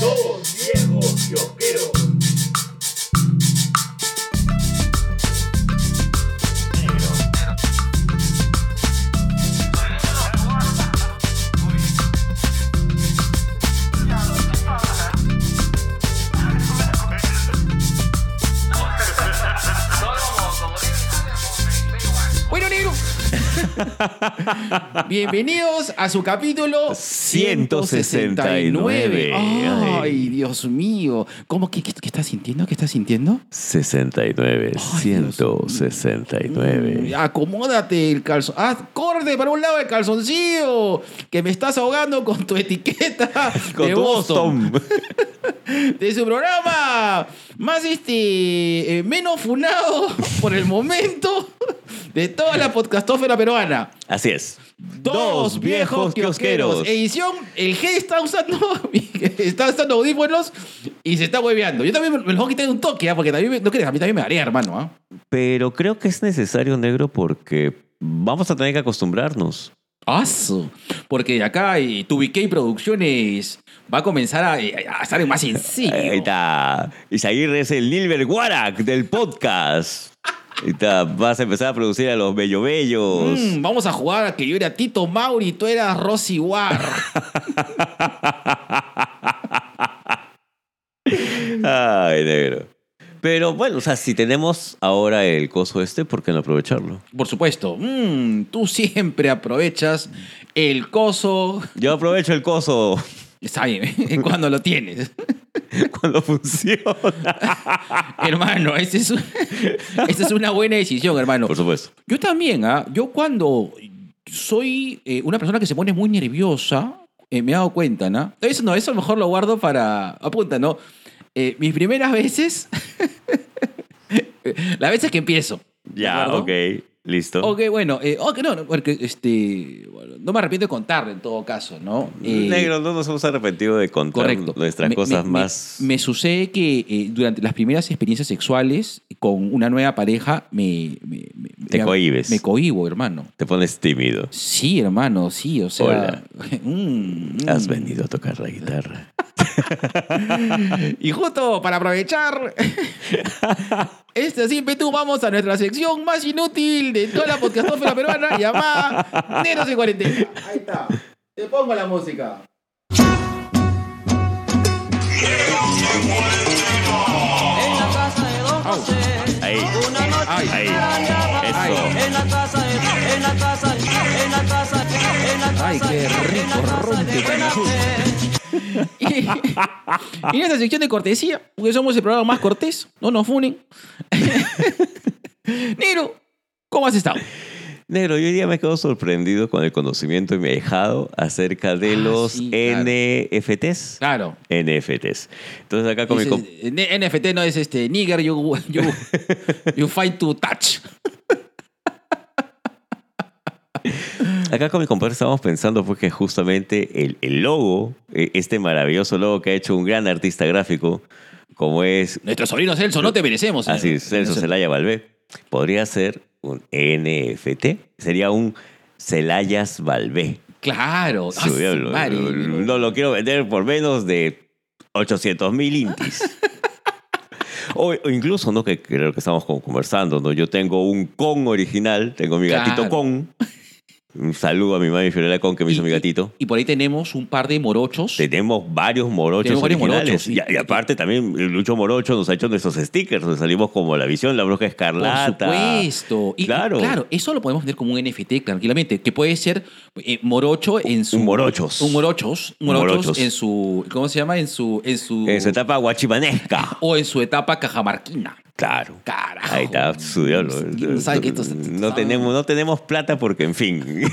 Dos viejos kiosqueros. Bueno, negro. Bienvenidos a su capítulo 169. Ay, Dios mío. ¿Cómo? ¿Qué estás sintiendo? ¿Qué estás sintiendo? 69, Ay, 169. Acomódate el calzón. Corte para un lado el calzoncillo. Que me estás ahogando con tu etiqueta Con de tu Boston. Boston. De su programa más menos funado por el momento de toda la podcastófera peruana. Así es. Dos viejos kiosqueros. Edición, el G está usando audífonos y se está hueveando. Yo también me los voy a quitar de un toque, porque también, no crees, a mí también me marea, hermano. Pero creo que es necesario, negro, porque vamos a tener que acostumbrarnos. ¡Aso! Porque acá TubiK Producciones va a comenzar a estar más sencillo. Ahí está. Isaguirre es el Nilber Guarac del podcast. Ahí está. Vas a empezar a producir a los bello bellos. Vamos a jugar a que yo era Tito Mauri y tú eras Rosy War. Ay, negro. Pero bueno, o sea, si tenemos ahora el coso ¿por qué no aprovecharlo? Por supuesto. Tú siempre aprovechas el coso. Yo aprovecho el coso Está bien, cuando lo tienes. cuando funciona. Hermano, esa es una buena decisión, hermano. Por supuesto. Yo también, yo cuando soy una persona que se pone muy nerviosa, me he dado cuenta, ¿no? Eso a lo mejor lo guardo para... Apunta, ¿no? Mis primeras veces... las veces que empiezo. Ya, ok. Listo. Ok, bueno. No, porque bueno, no me arrepiento de contarlo en todo caso, ¿no? Negro, no nos hemos arrepentido de contar Correcto. nuestras cosas más... Me sucede que durante las primeras experiencias sexuales con una nueva pareja Te cohibes. Me cohibo, hermano. Te pones tímido. Sí, hermano, sí, o sea... Hola. Has venido a tocar la guitarra. Y justo para aprovechar este ímpetu, vamos a nuestra sección más inútil de toda la podcastófera peruana llamada Neros en Cuarentena. Ahí está. Te pongo la música. En la casa de Don José. Ahí. Una noche Ahí. Ay. Eso. En la casa Ay, qué rico ronque que me y en esta sección de cortesía, porque somos el programa más cortés, no nos funen. Negro, ¿cómo has estado? Negro, yo hoy día me quedo sorprendido con el conocimiento y me he dejado acerca de los sí, claro. NFTs. Claro. NFTs. Entonces acá con mi... NFT no es nigger, you fight to touch. Acá con mi compadre estábamos pensando porque justamente el logo, este maravilloso logo que ha hecho un gran artista gráfico, como es... Nuestro sobrino Celso, no te merecemos. Así es, Celso Celaya Valvé. Podría ser un NFT. Sería un Celayas Valvé. Claro. No lo quiero vender por menos de 800,000 intis. O incluso, ¿no? Que creo que estamos conversando, ¿no? Yo tengo un Con original, tengo mi gatito Con. Un saludo a mi mami Fiorella Con, que me hizo mi gatito. Y por ahí tenemos un par de morochos. Tenemos varios morochos originales. Y aparte también Lucho Morocho nos ha hecho nuestros stickers, donde salimos como La Visión, La Bruja Escarlata. Por supuesto. Y claro, eso lo podemos vender como un NFT tranquilamente, que puede ser morocho en su... Un morochos. Un morochos en su... ¿Cómo se llama? En su etapa guachimanesca. O en su etapa cajamarquina. Claro. Carajo. Ahí está su diablo. ¿Quién sabe que esto no tenemos plata porque, en fin.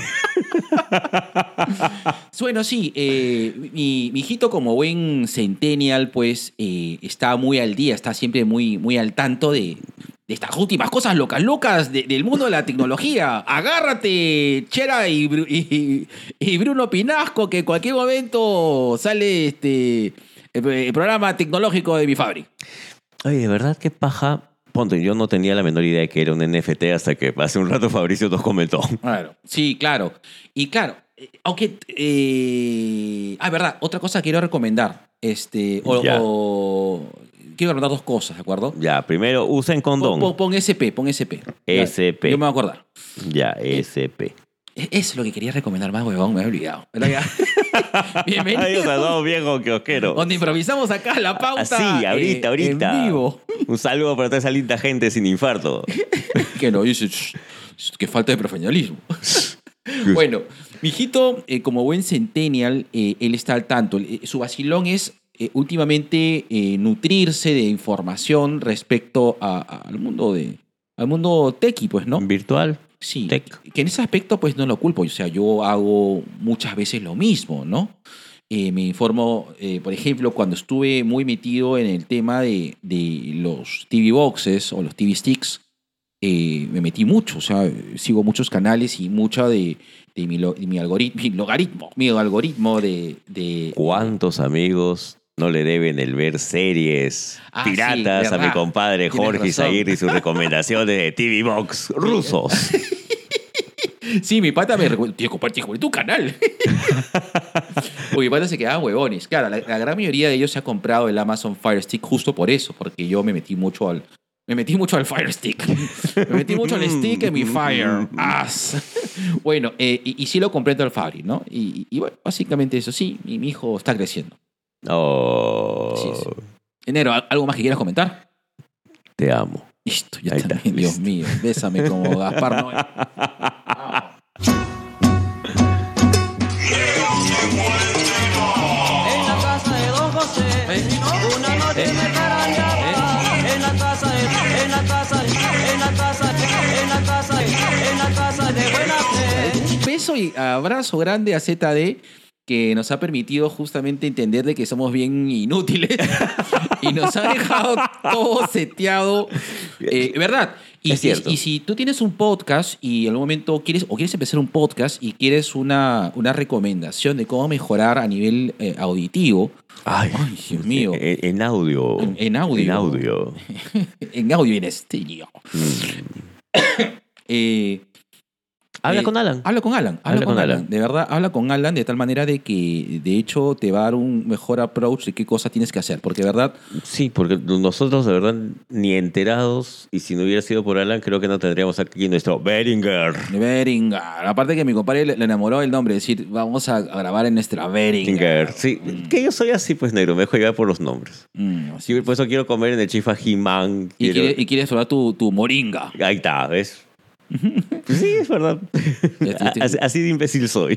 Bueno, sí. Mi hijito, como buen centennial, pues está muy al día, está siempre muy, muy al tanto de estas últimas cosas locas del mundo de la tecnología. Agárrate, Chera y Bruno Pinasco, que en cualquier momento sale el programa tecnológico de mi fabri. Oye, de verdad, qué paja. Ponte, yo no tenía la menor idea de que era un NFT hasta que hace un rato Fabricio nos comentó. Claro, sí, claro. Y claro, aunque... verdad, otra cosa que quiero recomendar. Ya. Quiero preguntar dos cosas, ¿de acuerdo? Ya, primero usen condón. Pon SP, pon SP. Ya, SP. Yo me voy a acordar. Ya, SP. Eso es lo que quería recomendar más, huevón, me he olvidado. Pero ya. Bienvenido. Ay, dos viejos kiosqueros. Donde improvisamos acá la pauta. Así, ahorita. En vivo. Un saludo para toda esa linda gente sin infarto. Que no dice, que falta de profesionalismo. Bueno, mijito, como buen centennial, él está al tanto. Su vacilón es últimamente nutrirse de información respecto al mundo tequi, pues, ¿no? Virtual. Sí, Tech. que en ese aspecto pues no lo culpo. O sea, yo hago muchas veces lo mismo, ¿no? Me informo, por ejemplo, cuando estuve muy metido en el tema de los TV Boxes o los TV Sticks, me metí mucho. O sea, sigo muchos canales y mucha de mi algoritmo de ¿Cuántos amigos no le deben el ver series Ah, sí, piratas a mi verdad. compadre Tienes Jorge razón. Izaguirre y sus recomendaciones de TV Box rusos? Sí, mi pata me recuerda, tío, compartí tu canal. Uy, mi pata se quedaban huevones. Claro, la gran mayoría de ellos se ha comprado el Amazon Fire Stick justo por eso, porque yo me metí mucho al Fire Stick. Me metí mucho al stick en mi Fire. Bueno, y sí lo compré al Fabri, ¿no? Y bueno, básicamente eso sí, mi hijo está creciendo. Oh, Sí, sí. Enero, ¿algo más que quieras comentar? te amo. Listo, ya Ahí está, también, Dios listo. mío. Bésame como Gaspar Noé. Ah. En la casa de Don José, una noche me carangaba. En la casa de buena fe. Un beso y abrazo grande a ZD que nos ha permitido justamente entender de que somos bien inútiles y nos ha dejado todo seteado, ¿verdad? Es cierto. Y si tú tienes un podcast y en algún momento quieres empezar un podcast y quieres una recomendación de cómo mejorar a nivel auditivo, Ay, Dios mío. En audio. En audio. En audio. en audio y en estéreo. Habla con Alan. Habla con Alan. Habla con Alan. De verdad, habla con Alan de tal manera de que, de hecho, te va a dar un mejor approach de qué cosa tienes que hacer. Porque, de verdad, Sí, porque nosotros de verdad ni enterados, y si no hubiera sido por Alan, creo que no tendríamos aquí nuestro Beringer. Beringer. Aparte que mi compadre le enamoró el nombre. Es decir, vamos a grabar en nuestra Beringer. Sí, que yo soy así, pues, negro. Me dejo llevar por los nombres. Sí. Sí, por eso quiero comer en el Chifa He-Man. Y quieres probar tu moringa. Ahí está, ¿ves? Pues sí, es verdad. Así de imbécil soy.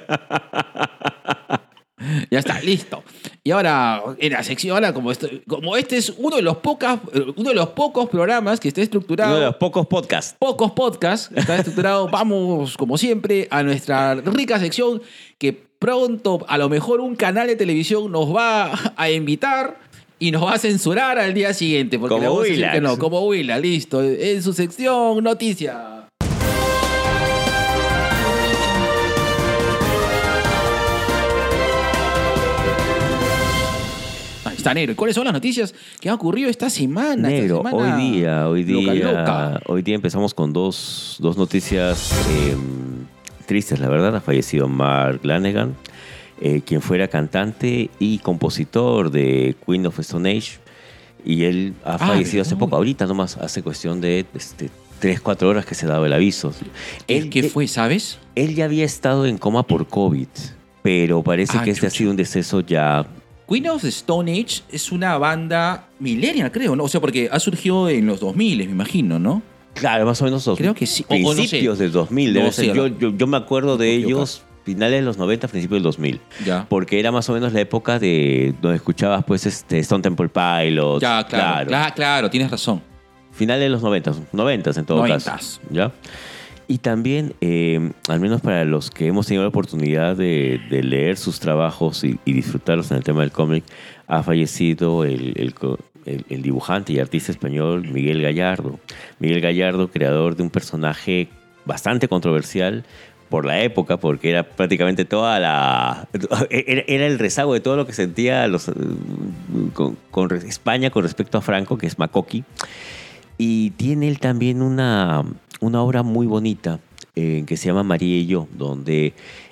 Ya está, listo. Y ahora, en la sección, ahora como este es uno de los pocos programas que está estructurado. Uno de los pocos podcasts. Pocos podcasts, está estructurado. Vamos, como siempre, a nuestra rica sección que pronto, a lo mejor, un canal de televisión nos va a invitar y nos va a censurar al día siguiente. Porque Como le vamos a decir Willax. que no, como Willa, listo. En su sección, noticia. Ahí está, negro. ¿Y cuáles son las noticias que han ocurrido esta semana? Negro, Esta semana hoy loca. día empezamos con dos noticias tristes, la verdad. Ha fallecido Mark Lanegan, quien fuera cantante y compositor de Queen of Stone Age. Y él ha fallecido hace ¿verdad? poco, ahorita nomás, hace cuestión de 3-4 horas que se daba el aviso. ¿Qué fue, sabes? Él ya había estado en coma por COVID, pero parece que este ha chucha. sido un deceso ya. Queen of the Stone Age es una banda millennial, creo, ¿no? O sea, porque ha surgido en los 2000, me imagino, ¿no? Claro, más o menos Creo que sí. O no sé. principios del 2000. Debe No ser. sé, Yo me acuerdo de me puedo ellos finales de los 90, principios del 2000. Ya. Porque era más o menos la época de donde escuchabas pues Stone Temple Pilots. Ya, claro, tienes razón. Finales de los 90 en todo caso. 90s. ¿Ya? Y también, al menos para los que hemos tenido la oportunidad de leer sus trabajos y disfrutarlos en el tema del cómic, ha fallecido el dibujante y artista español Miguel Gallardo. Miguel Gallardo, creador de un personaje bastante controversial por la época, porque era prácticamente era el rezago de todo lo que sentía con España con respecto a Franco, que es Makoki. Y tiene él también una obra muy bonita que se llama María y yo, donde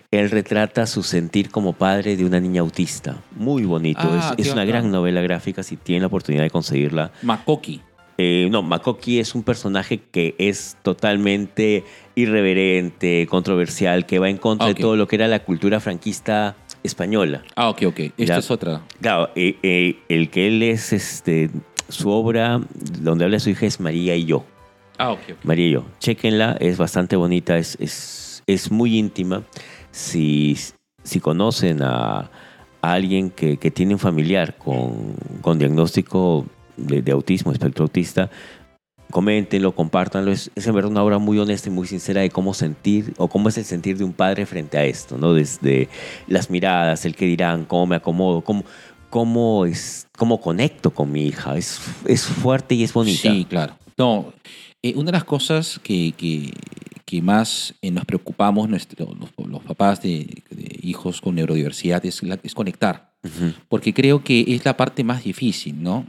él retrata su sentir como padre de una niña autista. Muy bonito. Ah, Es qué una bacán. gran novela gráfica. Si tienen la oportunidad de conseguirla. Makoki. No, Makoki es un personaje que es totalmente irreverente, controversial, que va en contra Ah, ok. de todo lo que era la cultura franquista española. Ah, ok. Esta Ya. es otra. Claro, el que él es, su obra donde habla de su hija es María y yo. Ah, ok. María y yo. Chéquenla, es bastante bonita, es muy íntima. Si conocen a alguien que tiene un familiar con diagnóstico de autismo, espectro autista, coméntenlo, compártanlo. Es en verdad una obra muy honesta y muy sincera de cómo sentir o cómo es el sentir de un padre frente a esto, ¿no? Desde las miradas, el qué dirán, cómo me acomodo, cómo conecto con mi hija. Es fuerte y es bonita. Sí, claro. No, una de las cosas que más nos preocupamos los papás de hijos con neurodiversidad es conectar. Ujú. Porque creo que es la parte más difícil, ¿no?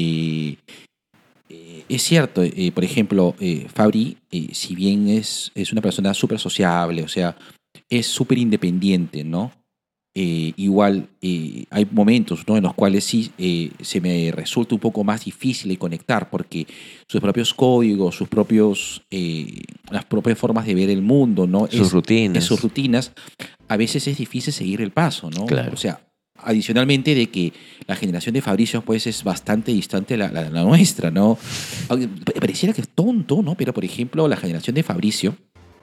Es cierto, por ejemplo, Fabri, si bien es una persona súper sociable, o sea, es súper independiente, ¿no? Igual hay momentos, ¿no?, en los cuales sí se me resulta un poco más difícil de conectar porque sus propios códigos, las propias formas de ver el mundo, ¿no? Sus rutinas. Sus rutinas, a veces es difícil seguir el paso, ¿no? Claro. O sea, adicionalmente de que la generación de Fabricio pues es bastante distante a la nuestra, ¿no? Aunque pareciera que es tonto, ¿no? Pero, por ejemplo, la generación de Fabricio,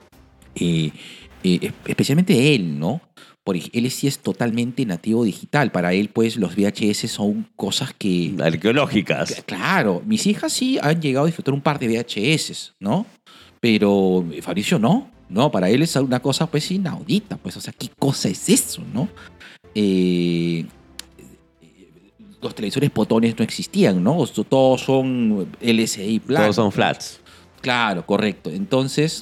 especialmente él, ¿no? Él sí es totalmente nativo digital. Para él, pues, los VHS son cosas que... Arqueológicas. Claro, mis hijas sí han llegado a disfrutar un par de VHS, ¿no? Pero Fabricio no. No, para él es una cosa, pues, inaudita. Pues, o sea, ¿qué cosa es eso, no? Los televisores potones no existían, ¿no? Todos son LCD Black. Todos son flats. Claro, correcto. Entonces,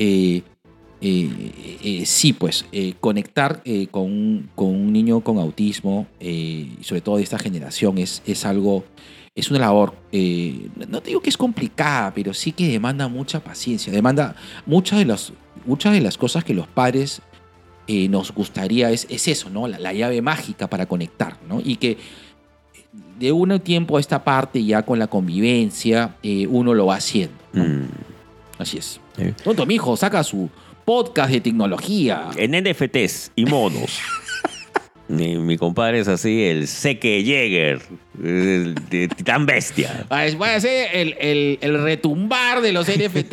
sí, pues, conectar con un niño con autismo, y sobre todo de esta generación, es una labor, no te digo que es complicada, pero sí que demanda mucha paciencia, demanda muchas de las cosas que los padres nos gustaría, es eso, ¿no? La llave mágica para conectar, ¿no? Y que de un tiempo a esta parte, ya con la convivencia, uno lo va haciendo, ¿no? Así es. Sí. Pronto, mi hijo saca su podcast de tecnología. En NFTs y monos. mi compadre es así, el Seque Jäger, el de Titán Bestia. Voy a hacer el retumbar de los NFT.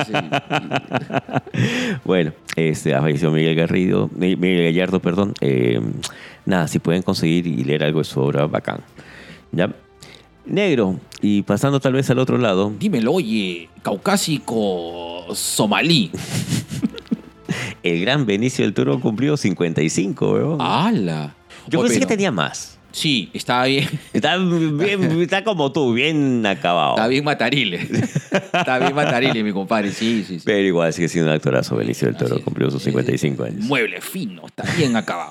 Bueno, falleció Miguel Gallardo, perdón. Nada, si pueden conseguir y leer algo de su obra, bacán. ¿Ya? Negro, y pasando tal vez al otro lado. Dímelo, oye, caucásico somalí. El gran Benicio del Toro cumplió 55, weón. ¡Hala! Yo Oye, pensé que pero- tenía más. Sí, estaba bien. Está como tú, bien acabado. Está bien matarile. Está bien matarile, mi compadre. Sí. Pero igual sigue siendo un actorazo. Benicio del Toro Así es. cumplió sus 55 años. Mueble fino, está bien acabado.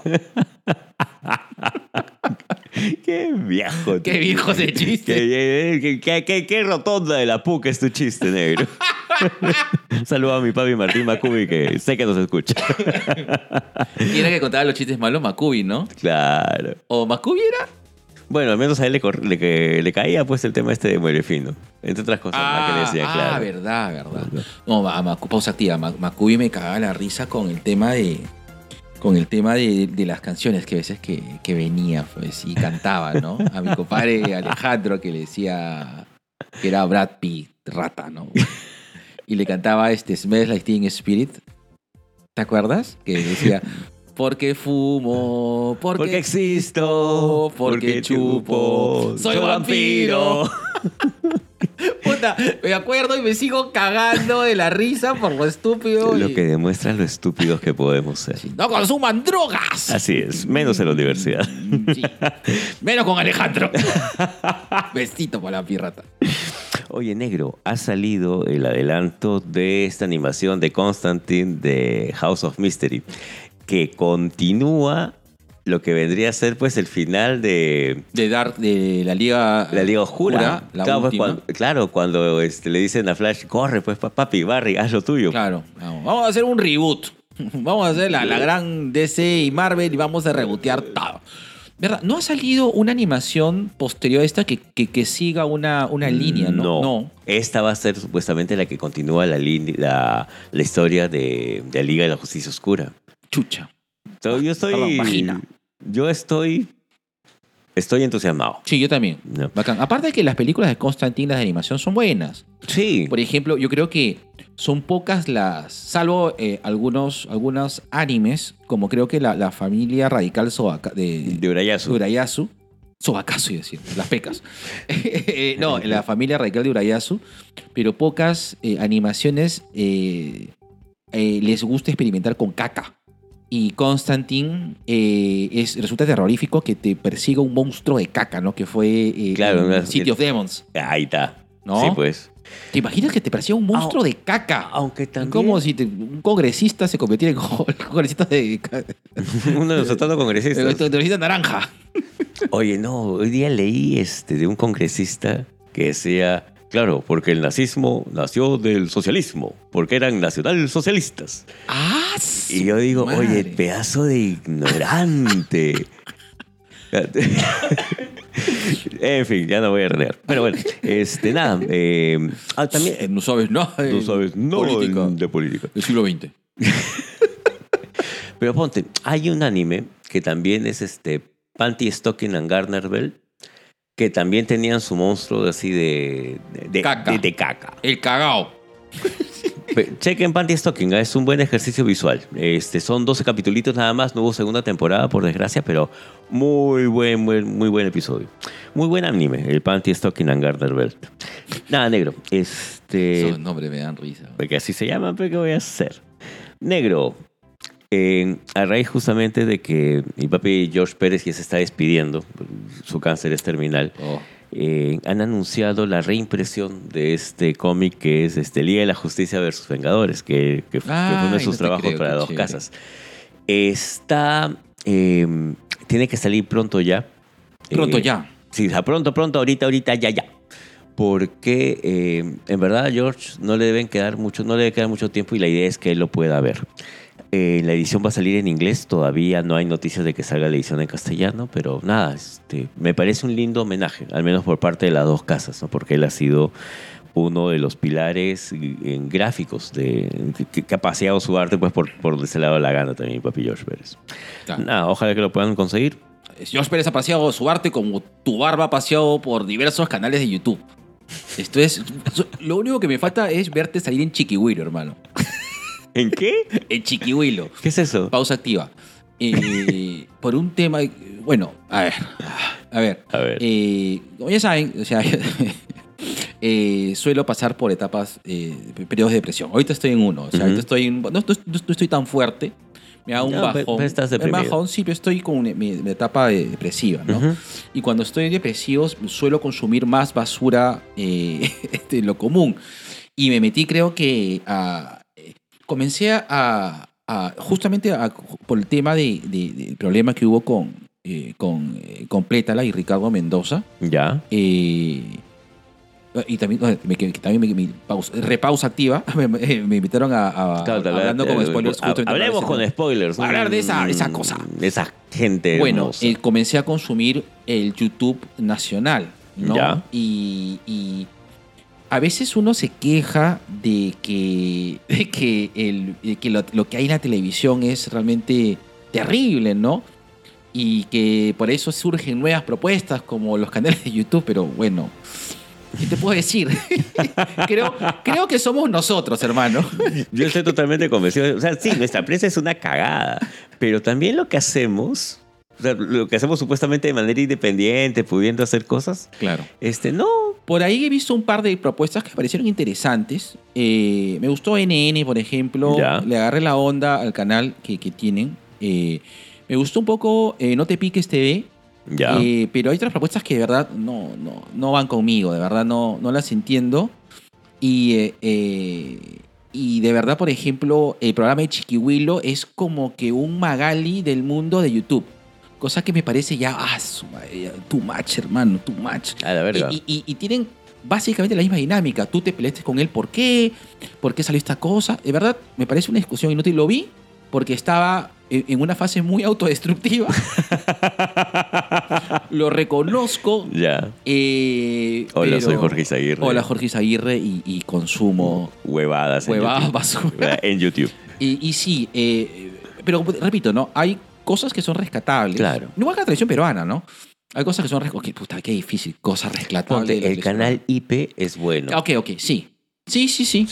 Qué viejo. Qué viejo ese chiste. Qué rotonda de la puca es tu chiste, negro. Saludo a mi papi Martín Macubi, que sé que nos escucha. Tiene que contar los chistes malos Macubi, ¿no? Claro. ¿O Macubi era? Bueno, al menos a él le caía pues el tema de mueble fino. Entre otras cosas más que decía, claro. verdad. No, pausa activa. Macubi me cagaba la risa con el tema de las canciones que a veces que venía, pues, y cantaba, ¿no? A mi compadre Alejandro, que le decía que era Brad Pitt, rata, ¿no? Y le cantaba Smells Like Teen Spirit. ¿Te acuerdas? Que decía, porque fumo, Porque existo, porque chupo, soy vampiro. Puta, me acuerdo y me sigo cagando de la risa por lo estúpido. Lo que demuestra lo estúpidos que podemos ser. ¡No consuman drogas! Así es, menos en la universidad. Sí. Menos con Alejandro. Besito para la pirata. Oye, negro, ha salido el adelanto de esta animación de Constantine de House of Mystery, que continúa lo que vendría a ser pues el final de De la Liga Oscura. la Claro, pues, última. cuando le dicen a Flash, corre pues papi, Barry, haz lo tuyo. Claro. Vamos a hacer un reboot. Vamos a hacer la gran DC y Marvel y vamos a rebotear todo. ¿Verdad? ¿No ha salido una animación posterior a esta que siga una línea, no? No. Esta va a ser supuestamente la que continúa la historia de la Liga de la Justicia Oscura. Chucha. Yo vagina. Yo estoy entusiasmado. Sí, yo también. No. Bacán. Aparte de que las películas de Constantine, las de animación, son buenas. Sí. Por ejemplo, yo creo que son pocas salvo algunos animes, como creo que la familia radical De Urayasu. Urayasu. Sobakasu, iba a decir, las pecas. No, la familia radical de Urayasu, pero pocas animaciones les gusta experimentar con caca. Y Constantine resulta terrorífico que te persiga un monstruo de caca, ¿no? Que fue Claro, City of Demons. Ahí está. ¿No? Sí, pues. ¿Te imaginas que te persiga un monstruo de caca? Aunque también... Como si un congresista se convirtiera en congresista de Uno de los tantos congresistas. congresista naranja. Oye, no, hoy día leí de un congresista que decía, claro, porque el nazismo nació del socialismo, porque eran nacionalsocialistas. Ah, Y yo digo, madre. oye, pedazo de ignorante. En fin, ya no voy a renegar. Pero bueno, nada. También, No sabes nada de no sabes, no política de política. del siglo XX. Pero ponte, hay un anime que también es Panty Stocking and Garner Belt, que también tenían su monstruo así de Caca. de caca. El cagao. Chequen Panty Stocking, es un buen ejercicio visual. Son 12 capitulitos nada más, no hubo segunda temporada por desgracia, pero muy buen episodio. Muy buen anime, el Panty Stocking and Garner Belt. Nada, negro. Esos nombres me dan risa. Porque así se llaman, pero ¿qué voy a hacer? Negro, a raíz justamente de que mi papi George Pérez ya se está despidiendo, su cáncer es terminal, Oh. han anunciado la reimpresión de este cómic que es Liga de la Justicia versus Vengadores, que fue uno de Ay, sus no te trabajos creo, para qué Dos chévere. Casas. Tiene que salir pronto ya. Pronto ya. Sí, o sea, pronto, ahorita, ya. Porque en verdad a George no le debe quedar mucho tiempo y la idea es que él lo pueda ver. La edición va a salir en inglés, todavía no hay noticias de que salga la edición en castellano, pero nada, me parece un lindo homenaje, al menos por parte de las Dos Casas, ¿no? Porque él ha sido uno de los pilares en gráficos que ha paseado su arte pues por donde se le ha dado la gana también, papi George Pérez. Claro. Nada, ojalá que lo puedan conseguir. George Pérez ha paseado su arte como tu barba ha paseado por diversos canales de YouTube. Lo único que me falta es verte salir en Chiquihuilo, hermano. ¿En qué? En Chiquihuilo. ¿Qué es eso? Pausa activa. Por un tema... Bueno, a ver. A ver. Como ya saben, o sea, suelo pasar por etapas, periodos de depresión. Ahorita estoy en uno. O sea, ahorita no estoy tan fuerte. Me da un No, bajón. pero estás deprimido. Un bajón, sí, pero estoy con mi etapa depresiva, ¿no? Ujú. Y cuando estoy depresivo suelo consumir más basura de lo común. Y me metí, creo que comencé justamente por el tema del problema que hubo con Plétala y Ricardo Mendoza. Ya. Y también, repausa activa, me invitaron Claro, hablando con spoilers. justamente Hablemos para con ese- spoilers. para hablar de esa cosa. Esa gente Bueno, hermosa. comencé a consumir el YouTube nacional, ¿no? Ya. Y a veces uno se queja de que lo que hay en la televisión es realmente terrible, ¿no? Y que por eso surgen nuevas propuestas como los canales de YouTube, pero bueno, ¿qué te puedo decir? creo que somos nosotros, hermano. Yo estoy totalmente convencido. O sea, sí, nuestra prensa es una cagada. Pero también lo que hacemos, o sea, lo que hacemos supuestamente de manera independiente, pudiendo hacer cosas, Claro. no. Por ahí he visto un par de propuestas que me parecieron interesantes. Me gustó NN, por ejemplo. Ya. Le agarré la onda al canal que tienen. Me gustó un poco No Te Piques TV. Ya. Pero hay otras propuestas que de verdad no van conmigo. De verdad no las entiendo. Y de verdad, por ejemplo, el programa de Chiquihuilo es como que un Magali del mundo de YouTube. Cosa que me parece ya, too much, hermano, too much. A la verga. Y tienen básicamente la misma dinámica. Tú te peleaste con él, ¿por qué? ¿Por qué salió esta cosa? De verdad, me parece una discusión inútil. Lo vi, porque estaba en una fase muy autodestructiva. Lo reconozco. Ya. Hola, soy Jorge Izaguirre. Hola, Jorge Izaguirre y consumo Huevadas basura. en YouTube. Y sí, pero repito, ¿no? Hay cosas que son rescatables. Claro. Igual que la televisión peruana, ¿no? Hay cosas que son rescatables. Puta, qué difícil. Cosas rescatables. Ponte, el canal IP es bueno. Ok, sí. Sí.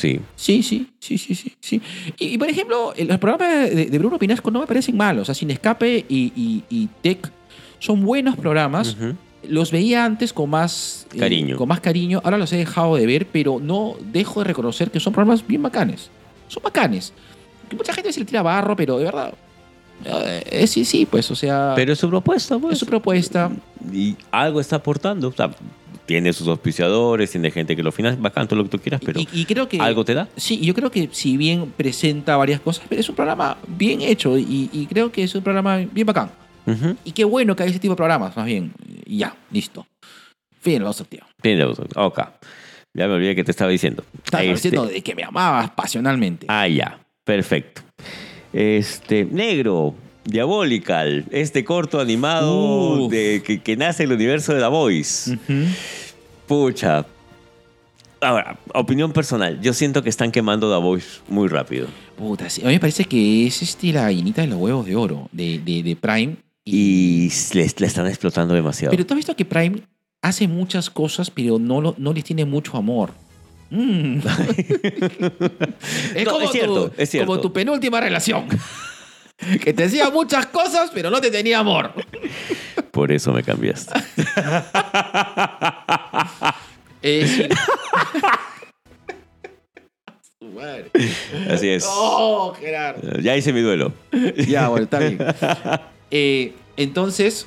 Sí. Y, por ejemplo, los programas de Bruno Pinasco no me parecen malos. O sea, Sin Escape y Tech son buenos programas. Ujú. Los veía antes con más Cariño. Con más cariño. Ahora los he dejado de ver, pero no dejo de reconocer que son programas bien bacanes. Son bacanes. Que mucha gente se le tira barro, pero de verdad. Sí, pues, o sea. Pero es su propuesta, pues. Es su propuesta. Y algo está aportando. O sea, tiene sus auspiciadores, tiene gente que lo financia, bacán, todo lo que tú quieras, pero Y creo que. algo te da. Sí, yo creo que si bien presenta varias cosas, pero es un programa bien hecho y creo que es un programa bien bacán. Ujú. Y qué bueno que hay ese tipo de programas, más bien. Y ya, listo. Fin, lo tío. Tiene ok. Ya me olvidé que te estaba diciendo. Estás diciendo de que me amabas pasionalmente. Ya. Perfecto. Negro, Diabolical, este corto animado que nace en el universo de The Voice. Ujú. Pucha. Ahora, opinión personal. Yo siento que están quemando The Voice muy rápido. Puta, sí. A mí me parece que es la gallinita de los huevos de oro de Prime. Y le están explotando demasiado. Pero tú has visto que Prime hace muchas cosas, pero no les tiene mucho amor. Es No, como es cierto. como tu penúltima relación. Que te decía muchas cosas, pero no te tenía amor. Por eso me cambiaste. Sí. Así es. Oh, Gerardo. Ya hice mi duelo. Ya, bueno, está bien. Entonces,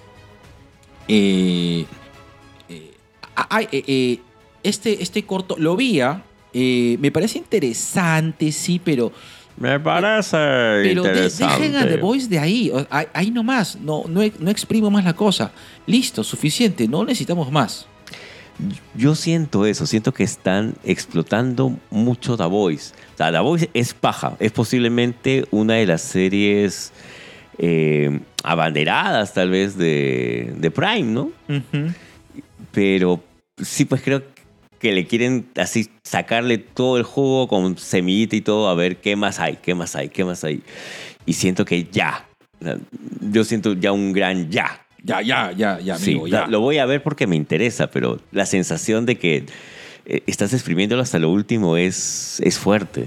este corto lo vi, me parece interesante, sí, pero Me parece interesante. dejen a The Voice de ahí, ahí nomás, no exprimo más la cosa. Listo, suficiente, no necesitamos más. Yo siento eso, siento que están explotando mucho The Voice. O sea, The Voice es paja, es posiblemente una de las series abanderadas tal vez de Prime, ¿no? Ujú. Pero sí, pues creo que le quieren así sacarle todo el jugo con semillita y todo a ver qué más hay. Y siento que ya. O sea, yo siento ya un gran ya. Ya, Sí, amigo, ya. lo voy a ver porque me interesa, pero la sensación de que estás exprimiéndolo hasta lo último es fuerte.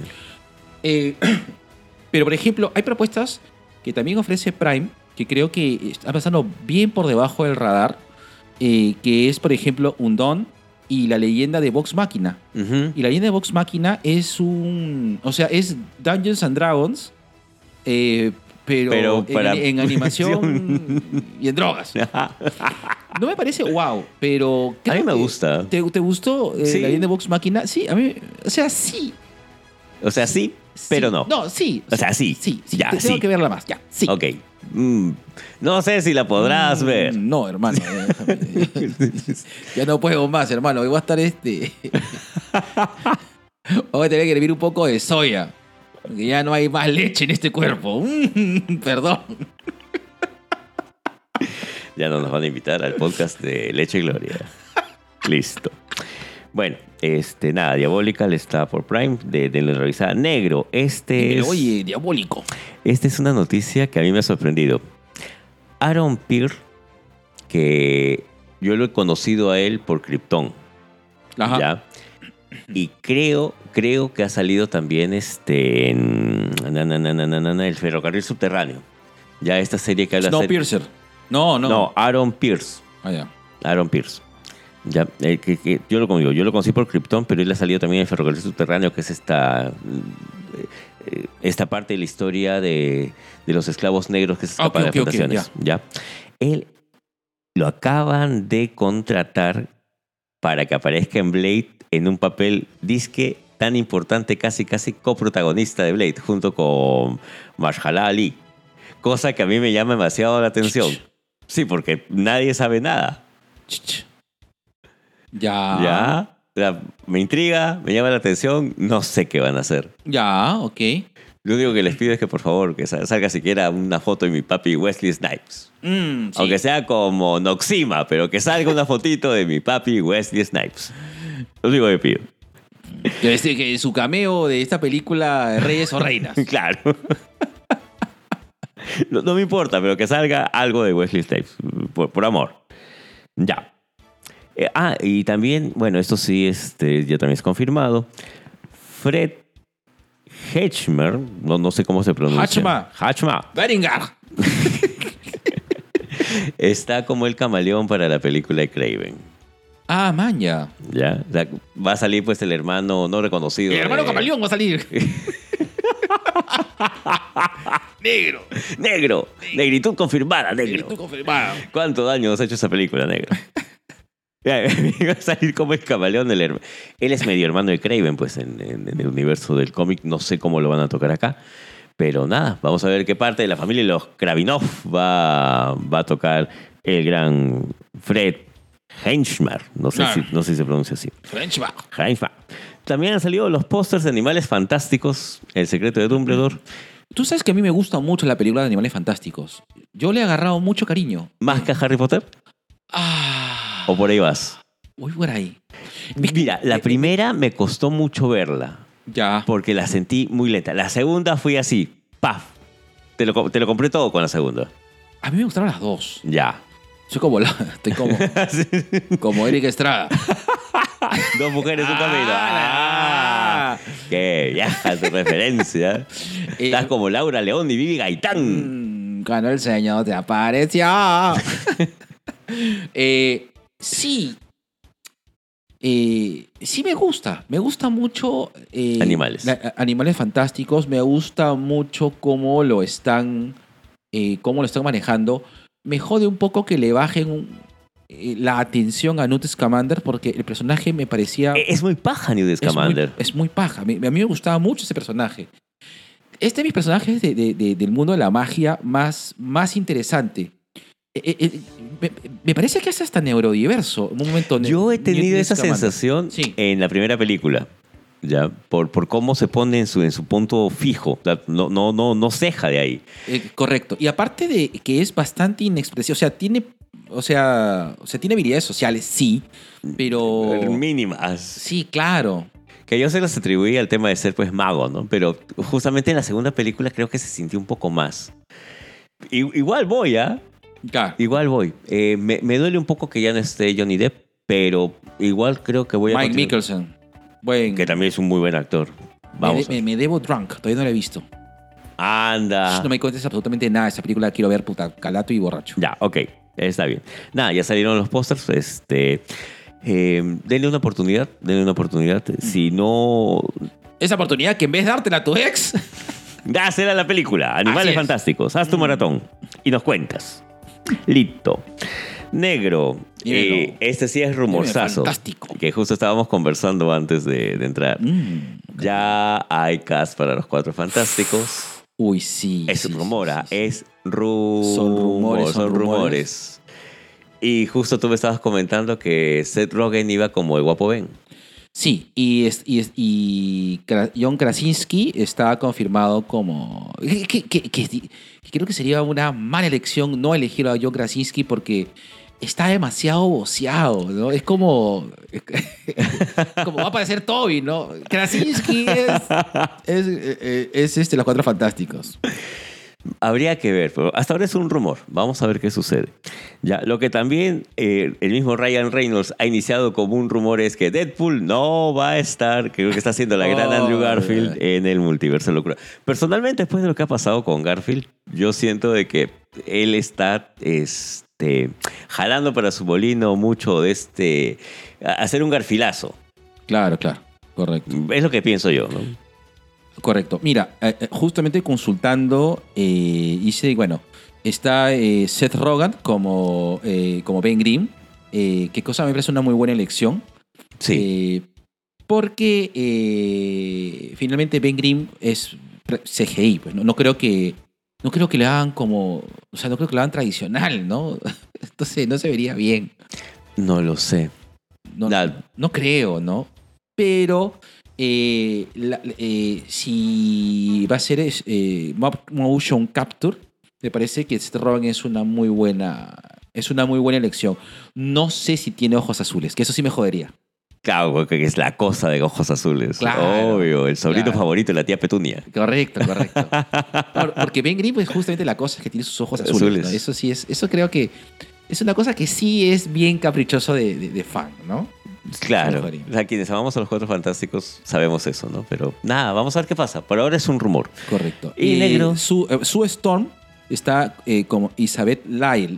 Pero, por ejemplo, hay propuestas que también ofrece Prime que creo que están pasando bien por debajo del radar, que es, por ejemplo, Undone y la leyenda de Vox Machina. Ujú. Y la leyenda de Vox Machina es es Dungeons and Dragons, pero para en animación y en drogas. No me parece wow, pero A mí me que- gusta. ¿Te gustó Sí. la leyenda de Vox Machina? Sí, a mí, o sea, sí. O sea, sí, pero Sí. no. No, sí. O sea, sí. Sí, Ya, tengo sí. que verla más, ya, sí. Ok. No sé si la podrás ver. No, hermano. Ya no puedo más, hermano. Voy a estar Voy a tener que hervir un poco de soya. Porque ya no hay más leche en este cuerpo. Perdón. Ya no nos van a invitar al podcast de Leche y Gloria. Listo. Bueno, nada, Diabolical está por Prime, de la revisada Negro. Oye, diabólico. Esta es una noticia que a mí me ha sorprendido. Aaron Pierre, que yo lo he conocido a él por Krypton. Ajá. ¿Ya? Y creo que ha salido también en El Ferrocarril Subterráneo. Ya esta serie que habla... Snowpiercer. No. No, Aaron Pierce. Ah, ya. Aaron Pierce. Ya, yo lo conocí por Krypton, pero él ha salido también en Ferrocarril Subterráneo, que es esta parte de la historia de los esclavos negros que se escapan de las plantaciones. Ya. Él lo acaban de contratar para que aparezca en Blade en un papel disque tan importante, casi coprotagonista de Blade, junto con Mahershala Ali. Cosa que a mí me llama demasiado la atención. Sí, porque nadie sabe nada. Ya. Ya, o sea, me intriga, me llama la atención, no sé qué van a hacer. Ya, ok. Lo único que les pido es que por favor que salga siquiera una foto de mi papi Wesley Snipes. Sí. Aunque sea como Noxima, pero que salga una fotito de mi papi Wesley Snipes. Lo único que pido. Que su cameo de esta película Reyes o Reinas. Claro. No me importa, pero que salga algo de Wesley Snipes. Por amor. Ya. Y también, bueno, esto sí ya también es confirmado. Fred Hedgemer, no sé cómo se pronuncia. Hatchma. Beringer. Está como el camaleón para la película de Craven. Ah, maña. ¿Ya? O sea, va a salir pues el hermano no reconocido. El hermano camaleón va a salir. Negro. Negro. Negritud confirmada, negro. Negritud confirmada. ¿Cuánto daño nos ha hecho esa película, negro? Va a salir como el camaleón del hermano. Él es medio hermano de Craven, pues, en el universo del cómic. No sé cómo lo van a tocar acá. Pero nada, vamos a ver qué parte de la familia de los Kravinov va a tocar el gran Fred Hedgemer. No sé si se pronuncia así. Hedgemer. También han salido los pósters de Animales Fantásticos, El secreto de Dumbledore. Tú sabes que a mí me gusta mucho la película de Animales Fantásticos. Yo le he agarrado mucho cariño. ¿Más que a Harry Potter? ¿O por ahí vas? Voy por ahí. Mira, la primera me costó mucho verla. Ya. Porque la sentí muy lenta. La segunda fui así, ¡paf! Te lo compré todo con la segunda. A mí me gustaron las dos. Ya. Soy como estoy como Eric Estrada. Dos mujeres, un camino. ¡Qué viaja tu referencia! Estás como Laura León y Vivi Gaitán. Cuando el Señor te apareció. Sí. Sí me gusta. Me gusta mucho... Animales. Animales Fantásticos. Me gusta mucho cómo lo están manejando. Me jode un poco que le bajen la atención a Newt Scamander porque el personaje me parecía... Es muy paja Newt Scamander. Es muy paja. A mí me gustaba mucho ese personaje. Este es de mis personajes del mundo de la magia más interesante. Me parece que es hasta neurodiverso. En un momento, yo he tenido esa sensación en la primera película. ¿Ya? Por cómo se pone en su punto fijo. O sea, no ceja de ahí. Correcto. Y aparte de que es bastante inexpresivo, tiene habilidades sociales, sí, pero... mínimas. Sí, claro. Que yo se las atribuía al tema de ser pues mago, ¿no? Pero justamente en la segunda película creo que se sintió un poco más. Igual voy, ¿ah? Claro. Igual voy. Me duele un poco que ya no esté Johnny Depp, pero igual creo que voy a... Mike Mickelson. Que también es un muy buen actor. Vamos. Me debo Drunk, todavía no la he visto. Anda. No me cuentes absolutamente nada de esa película, quiero ver, puta, calato y borracho. Ya, ok, está bien. Nada, ya salieron los pósters. Denle una oportunidad. Si no... Esa oportunidad que en vez de dártela a tu ex... Dásela a la película. Animales Fantásticos. Haz tu maratón. Y nos cuentas. Listo. Negro. Este sí es rumorzazo. Fantástico. Que justo estábamos conversando antes de entrar. Ya hay cast para los Cuatro Fantásticos. Uy, sí. Es rumora. Sí. Es son rumores. Y justo tú me estabas comentando que Seth Rogen iba como el guapo Ben. Sí, y John Krasinski está confirmado como... Que creo que sería una mala elección no elegir a John Krasinski porque está demasiado voceado, ¿no? Es como va a parecer Toby, ¿no? Krasinski es Los Cuatro Fantásticos. Habría que ver, pero hasta ahora es un rumor. Vamos a ver qué sucede. Ya, lo que también el mismo Ryan Reynolds ha iniciado como un rumor es que Deadpool no va a estar, creo que está haciendo la gran Andrew Garfield en el multiverso de locura. Personalmente, después de lo que ha pasado con Garfield, yo siento de que él está jalando para su molino mucho de hacer un garfilazo. Claro, correcto. Es lo que pienso yo, ¿no? Correcto. Mira, justamente consultando, está Seth Rogen como Ben Grimm, que cosa me parece una muy buena elección. Sí. Porque finalmente Ben Grimm es CGI, pues, no creo que le hagan como, no creo que lo hagan tradicional, ¿no? Entonces no se vería bien. No lo sé. No creo, ¿no? Pero si va a ser motion capture, me parece que Strong es una muy buena elección. No sé si tiene ojos azules, que eso sí me jodería. Claro, porque es la cosa de ojos azules. Claro, Obvio, el sobrino claro. favorito de la tía Petunia. Correcto. Porque Ben Grimm es justamente la cosa que tiene sus ojos azules. Azules. ¿No? Eso creo que es una cosa que sí es bien caprichoso de fan, ¿no? Claro, Mejoría. o sea, quienes amamos a los Cuatro Fantásticos sabemos eso, ¿no? Pero nada, vamos a ver qué pasa. Por ahora es un rumor. Correcto. Y negro. Sue Storm está como Elizabeth Lyle.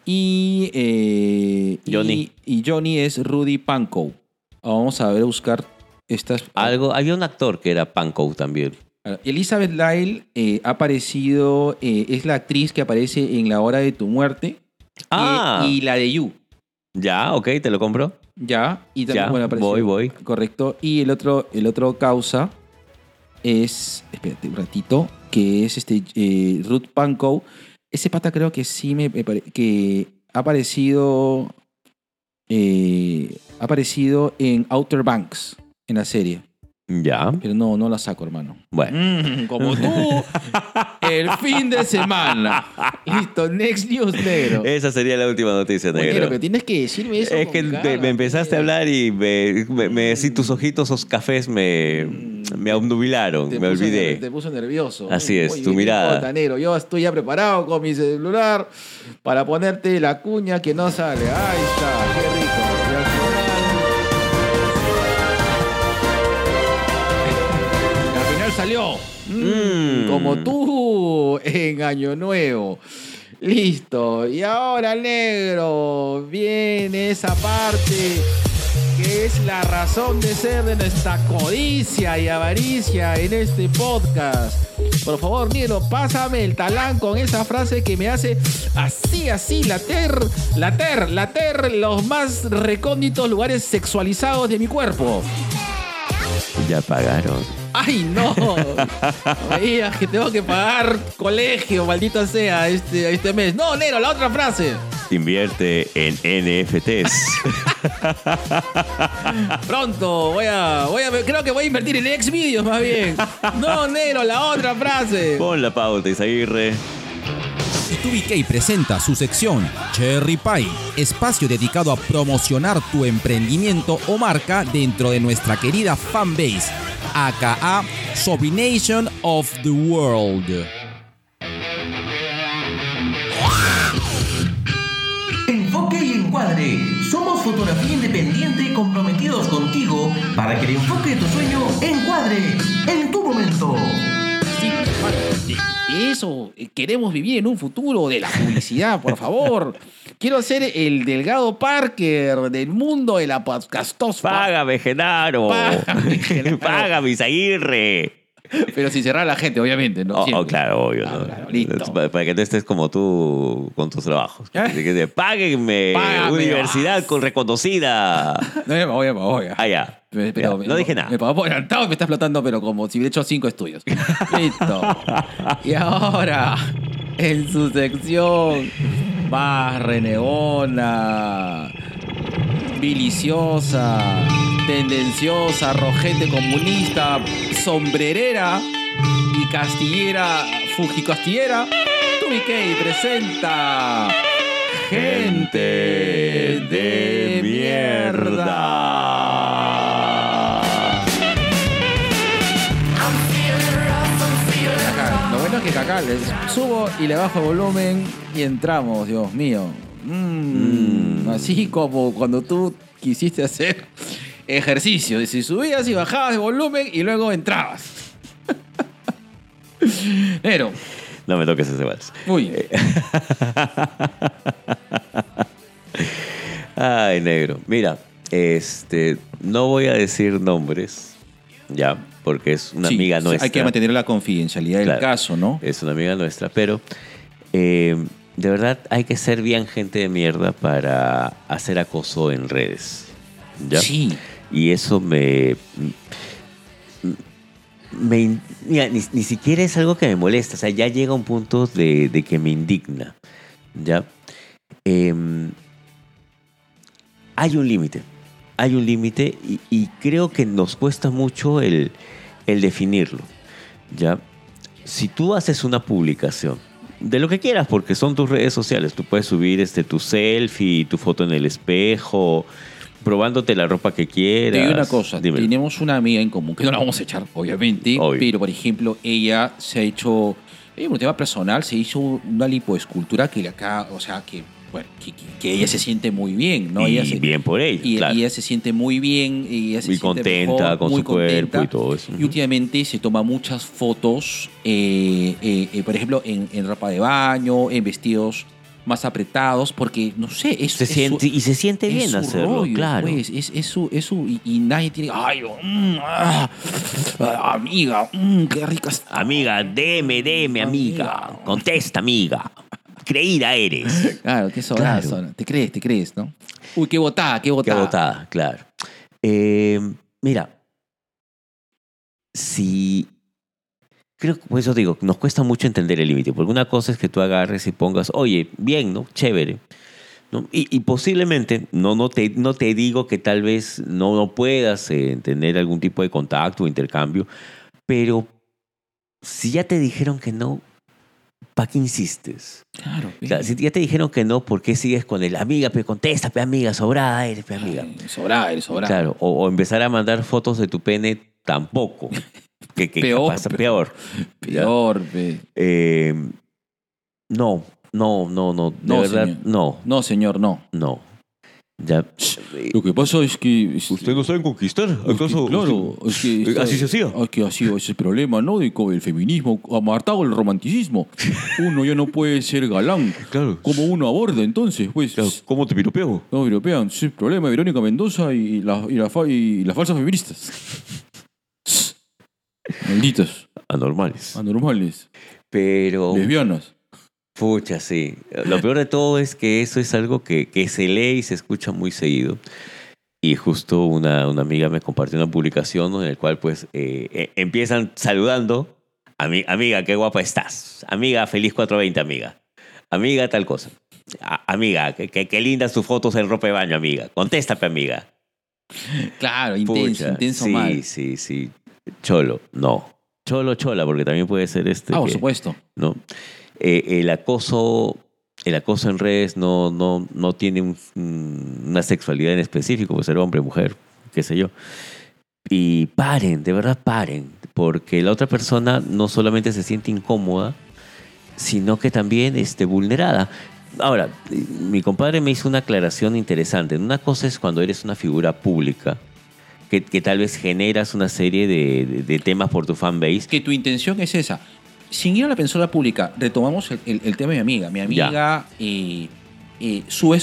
Johnny. Y Johnny es Rudy Pankow. Vamos a buscar estas. Había un actor que era Pankow también. Elizabeth Lyle ha aparecido, es la actriz que aparece en La Hora de tu Muerte y la de You. Ya, ok, te lo compro. Ya, y también, Ya, bueno, apareció. voy. Correcto. Y el otro causa es, espérate un ratito, que es Ruth Pankow. Ese pata creo que sí que ha aparecido en Outer Banks, en la serie. Ya. Pero no la saco, hermano. Bueno. Como tú, el fin de semana. Listo, next news, negro. Esa sería la última noticia, Negro, negro. pero tienes que decirme eso. Es con que calma, me empezaste a negro. hablar y así tus ojitos, esos cafés me obnubilaron, me olvidé. Te puso nervioso. Así es, Oye, tu ¿qué mirada. importa, negro? Yo estoy ya preparado con mi celular para ponerte la cuña que no sale. Ahí está, qué rico. Y al final salió. Como tú en Año Nuevo. Listo. Y ahora, negro, viene esa parte que es la razón de ser de nuestra codicia y avaricia en este podcast. Por favor, negro, pásame el talán con esa frase que me hace así, later los más recónditos lugares sexualizados de mi cuerpo. Ya pagaron. ¡Ay, no! Veías que tengo que pagar colegio, maldito sea, este mes. No, negro, la otra frase. Invierte en NFTs. Pronto, creo que voy a invertir en Xvideos más bien. No, negro, la otra frase. Pon la pauta, Isaguirre. 2BK presenta su sección Cherry Pie, espacio dedicado a promocionar tu emprendimiento o marca dentro de nuestra querida fanbase, aka Sobination of the World. Enfoque y encuadre. Somos fotografía independiente comprometidos contigo para que el enfoque de tu sueño encuadre en tu momento. Sí, hermano, eso, queremos vivir en un futuro de la publicidad, por favor. Quiero ser el Delgado Parker del mundo de la podcastosfera. Págame, Genaro. Págame, Genaro. Págame, Isaguirre. Pero sin cerrar a la gente, obviamente, ¿no? Siempre. Claro, obvio. ¿no? Claro, listo. Para que tú estés como tú con tus trabajos. Así que páguenme, Págame, universidad reconocida. No, ya me voy. Ah, ya. Pero Ya, no dije nada. Me pagó por adelantado y me está explotando, pero como si hubiera hecho 5 estudios. Listo. Y ahora, en su sección más renegona, viliciosa, tendenciosa, rojete comunista, sombrerera y castillera, fujicastillera, 2BK presenta Gente de Mierda. Lo bueno es que acá les subo y le bajo el volumen y entramos, Dios mío. Así como cuando tú quisiste hacer ejercicio. Si subías y bajabas de volumen y luego entrabas. Pero, No me toques ese vals. uy, Ay, negro. Mira, no voy a decir nombres, ya, porque es una sí, amiga nuestra. hay que mantener la confidencialidad del Claro. caso, ¿no? Es una amiga nuestra, pero de verdad hay que ser bien gente de mierda para hacer acoso en redes. ¿Ya? Sí. Y eso mira, ni siquiera es algo que me molesta. O sea, ya llega un punto de que me indigna. ¿Ya? Hay un límite. hay un límite y creo que nos cuesta mucho el definirlo. ¿Ya? Si tú haces una publicación de lo que quieras, porque son tus redes sociales, tú puedes subir tu selfie, tu foto en el espejo, probándote la ropa que quieras. Te digo una cosa, Dímelo. tenemos una amiga en común, que no la vamos a echar, obviamente, Obvio. pero por ejemplo, ella se ha hecho, un tema personal, se hizo una lipoescultura que acá, o sea, que ella se siente muy bien, ¿no? Y Ella bien por ella, y claro. ella se siente muy bien, y ella se Muy siente contenta mejor, con muy su cuerpo contenta. y todo eso. Y últimamente se toma muchas fotos, por ejemplo, en ropa de baño, en vestidos más apretados, porque, no sé, Se siente es bien su hacerlo, rollo, claro. pues, es su y nadie tiene, ay, amiga, qué rica está. Amiga, deme, amiga. Contesta, amiga. Creída eres. Claro, qué sobrada, Claro. sobrada. Te crees, ¿no? Uy, qué botada, qué botada. Qué botada, claro. Mira, si... Creo que por eso digo, nos cuesta mucho entender el límite, porque una cosa es que tú agarres y pongas, oye, bien, ¿no? Chévere. ¿No? Y posiblemente, no te digo que tal vez no puedas tener algún tipo de contacto o intercambio, pero si ya te dijeron que no, ¿para qué insistes? Claro, O sea, si ya te dijeron que no, ¿por qué sigues con el amiga? Pe, contesta, pe, amiga, sobrada eres, pe, amiga. Sobrada, eres sobrada. Claro, o empezar a mandar fotos de tu pene tampoco. Que Peor, pasa peor. Peor, pe. No. De No, verdad, señor. no. No, señor, no. Ya. Lo que pasa es que... ¿Ustedes no saben conquistar? ¿Acaso? Claro, es que... ¿Así se hacía? Es que así es el problema, ¿no? De con el feminismo, amartado el romanticismo. Uno ya no puede ser galán. Claro. Como uno aborda, entonces, pues... ¿Cómo te piropeo? No, european, sí, el problema de Verónica Mendoza y las falsas feministas. Malditas, Anormales. anormales, Pero... lesbianas. Pucha, sí. Lo peor de todo es que eso es algo que se lee y se escucha muy seguido. Y justo una amiga me compartió una publicación, ¿no? En la cual pues empiezan saludando. Amiga, qué guapa estás. Amiga, feliz 420, amiga. Amiga, tal cosa. Amiga, qué lindas tus fotos en ropa de baño, amiga. Contéstame, amiga. Claro, Pucha, intenso sí, mal. Sí. Cholo, no. Chola, porque también puede ser Por que, supuesto. ¿no? El acoso en redes no tiene una sexualidad en específico, puede ser hombre, mujer, qué sé yo. Y paren, de verdad paren, porque la otra persona no solamente se siente incómoda, sino que también vulnerada. Ahora, mi compadre me hizo una aclaración interesante. Una cosa es cuando eres una figura pública, que tal vez generas una serie de temas por tu fanbase. Que tu intención es esa. Sin ir a la persona pública, retomamos el tema de mi amiga. Mi amiga sube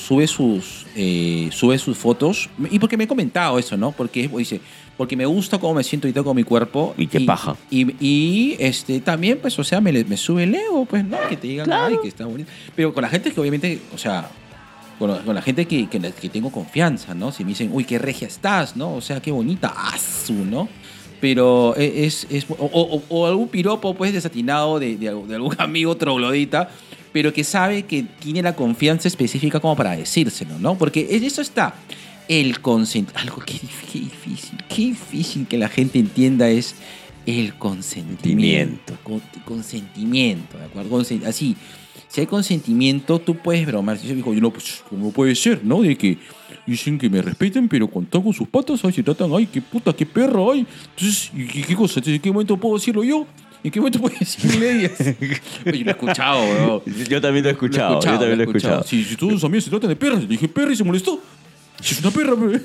sus fotos. Y porque me he comentado eso, ¿no? Porque dice, porque me gusta cómo me siento ahorita con mi cuerpo. Y qué paja. Y también, pues, o sea, me sube el ego, pues, ¿no? Que te digan, Claro. ay, que está bonito. Pero con la gente que obviamente, o sea, con la gente que tengo confianza, ¿no? Si me dicen, uy, qué regia estás, ¿no? O sea, qué bonita, asu, ¿no? Pero o algún piropo, pues, desatinado de algún amigo troglodita, pero que sabe que tiene la confianza específica como para decírselo, ¿no? Porque eso está. El consentimiento. Algo que qué difícil que la gente entienda es el consentimiento. Consentimiento, ¿de acuerdo? Así, si hay consentimiento, tú puedes bromar. Si yo digo, no, pues, ¿cómo puede ser, no? De que dicen que me respeten, pero cuando están con sus patas, ay, se tratan, ay, qué puta, qué perro, ay. Entonces, ¿qué cosa? Entonces, ¿en qué momento puedo decirlo yo? ¿En qué momento puedo decirle ellas? Oye, lo he escuchado, bro. Yo también lo he escuchado. Yo también lo he escuchado. Si todos sus amigos se tratan de perras, le dije perra y se molestó. Si es una perra, bebé.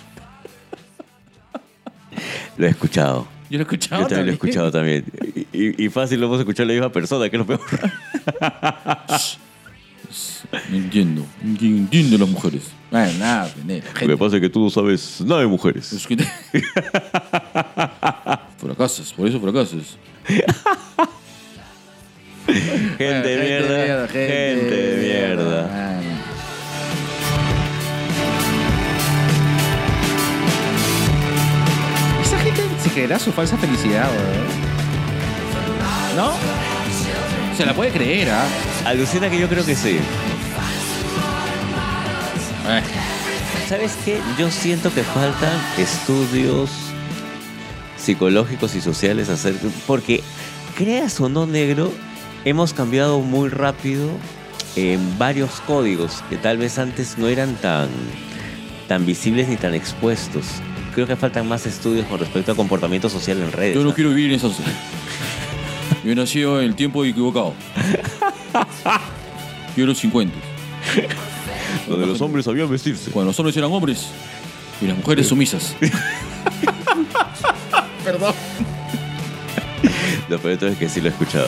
Lo he escuchado. Yo lo he escuchado. Yo también lo he escuchado también. Y fácil lo hemos escuchado la misma persona, que es lo peor. No entiendo las mujeres. Bueno, nada, pendejo. Lo que pasa es que tú no sabes nada de mujeres. Es que fracasas, por eso fracasas. Gente de mierda. Gente de mierda. Esa gente se creerá su falsa felicidad, ¿no? Se la puede creer, ¿ah? Alucina que yo creo que sí. ¿Sabes qué? Yo siento que faltan estudios psicológicos y sociales porque creas o no, negro, hemos cambiado muy rápido en varios códigos que tal vez antes no eran tan visibles ni tan expuestos. Creo que faltan más estudios con respecto a comportamiento social en redes. Yo no quiero vivir en esa sociedad. Yo he nacido en el tiempo equivocado. Yo en los 50. Donde los hombres sabían vestirse. Cuando los hombres eran hombres y las mujeres sumisas. Perdón. Lo peor de todo es que sí lo he escuchado.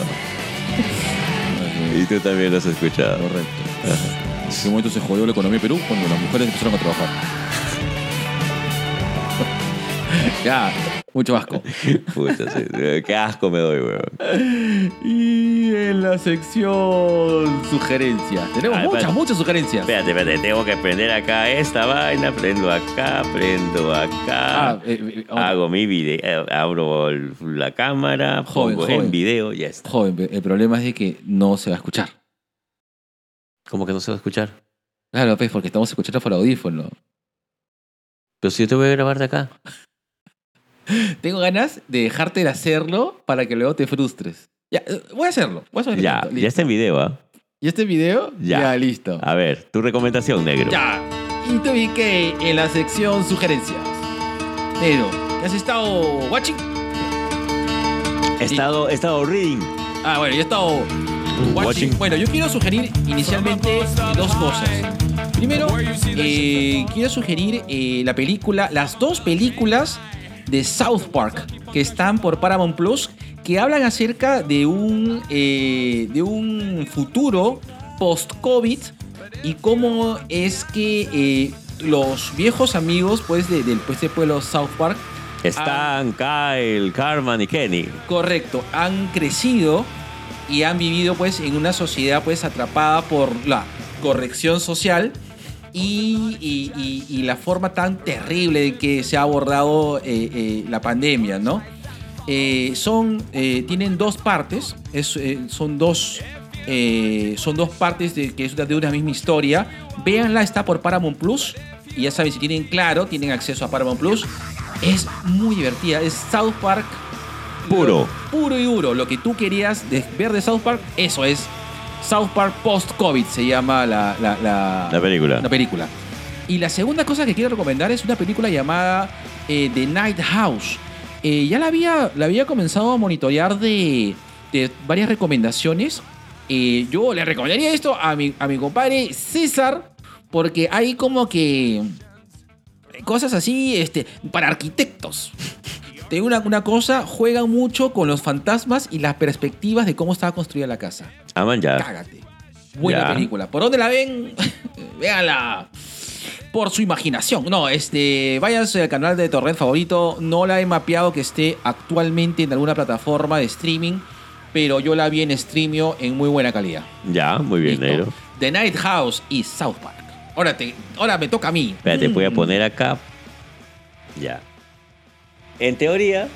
Y tú también lo has escuchado. Correcto. En ese momento se jodió la economía de Perú cuando las mujeres empezaron a trabajar. Ya, mucho asco. Pucha, sí. Qué asco me doy, weón. Y en la sección sugerencias. Tenemos muchas sugerencias. Espérate, tengo que prender acá esta vaina, prendo acá. Hago mi video, abro la cámara, pongo en video, ya está. Joven, el problema es de que no se va a escuchar. ¿Cómo que no se va a escuchar? Claro, pues, porque estamos escuchando por audífono. Pero si yo te voy a grabar de acá. Tengo ganas de dejarte de hacerlo para que luego te frustres. Ya, voy a hacerlo. Ya está en video, ¿ah? ¿Y este video? Ya, listo. A ver, tu recomendación, negro. Ya. Y te ubiqué en la sección sugerencias. Negro, ¿has estado watching? He estado reading. Bueno, yo he estado watching. Bueno, yo quiero sugerir inicialmente dos cosas. Primero, quiero sugerir las dos películas de South Park que están por Paramount Plus, que hablan acerca de un futuro post-COVID y cómo es que los viejos amigos pues del pueblo South Park están Kyle, Cartman y Kenny. Correcto, han crecido y han vivido pues en una sociedad pues atrapada por la corrección social y la forma tan terrible de que se ha abordado la pandemia, ¿no? Tienen dos partes, son dos partes que es de una misma historia. Véanla, está por Paramount Plus y ya saben, si tienen tienen acceso a Paramount Plus. Es muy divertida, es South Park puro y duro. Lo que tú querías ver de South Park, eso es South Park Post-COVID, se llama la película. Y la segunda cosa que quiero recomendar es una película llamada The Night House. Ya la había comenzado a monitorear de varias recomendaciones. Yo le recomendaría esto a mi compadre César, porque hay como que cosas así para arquitectos. Te digo una cosa, juegan mucho con los fantasmas y las perspectivas de cómo estaba construida la casa. Man, ya. Cágate. Buena película. ¿Por dónde la ven? Véanla. Por su imaginación. No, váyanse al canal de Torrent favorito. No la he mapeado que esté actualmente en alguna plataforma de streaming, pero yo la vi en Streamio en muy buena calidad. Ya, muy bien, negro. The Night House y South Park. Ahora me toca a mí. Espérate, voy a poner acá. Ya. En teoría,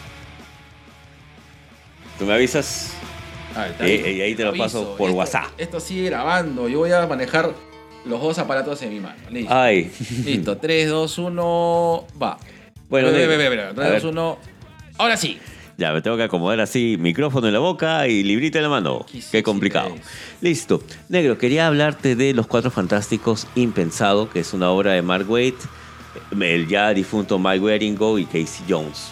tú me avisas y ahí te lo paso por WhatsApp. Esto sigue grabando. Yo voy a manejar los dos aparatos en mi mano. Listo. Ay. Listo. 3, 2, 1. Va. Bueno, 3, 2, 1. Ahora sí. Ya, me tengo que acomodar así, micrófono en la boca y librito en la mano. Qué complicado. Listo. Negro, quería hablarte de Los Cuatro Fantásticos Impensado, que es una obra de Mark Waid, el ya difunto Mike Wieringo y Casey Jones.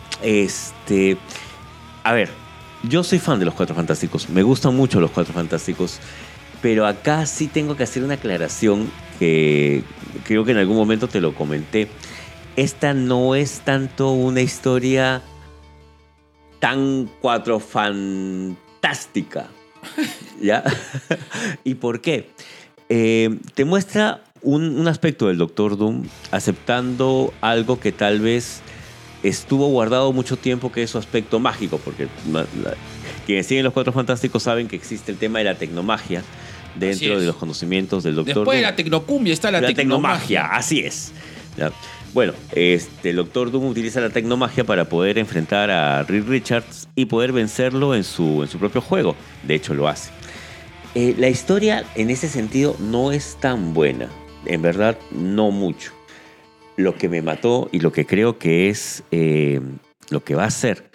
A ver, yo soy fan de Los Cuatro Fantásticos. Me gustan mucho Los Cuatro Fantásticos. Pero acá sí tengo que hacer una aclaración que creo que en algún momento te lo comenté. Esta no es tanto una historia tan cuatro fantástica. ¿Ya? ¿Y por qué? Te muestra un aspecto del Doctor Doom aceptando algo que tal vez estuvo guardado mucho tiempo, que es su aspecto mágico, porque quienes siguen Los Cuatro Fantásticos saben que existe el tema de la tecnomagia dentro de los conocimientos del Doctor Doom. Después de la tecnocumbia está la tecnomagia. Así es. ¿Ya? Bueno, el Doctor Doom utiliza la tecnomagia para poder enfrentar a Reed Richards y poder vencerlo en su propio juego. De hecho, lo hace. La historia, en ese sentido, no es tan buena. En verdad, no mucho. lo que me mató y lo que creo que es lo que va a ser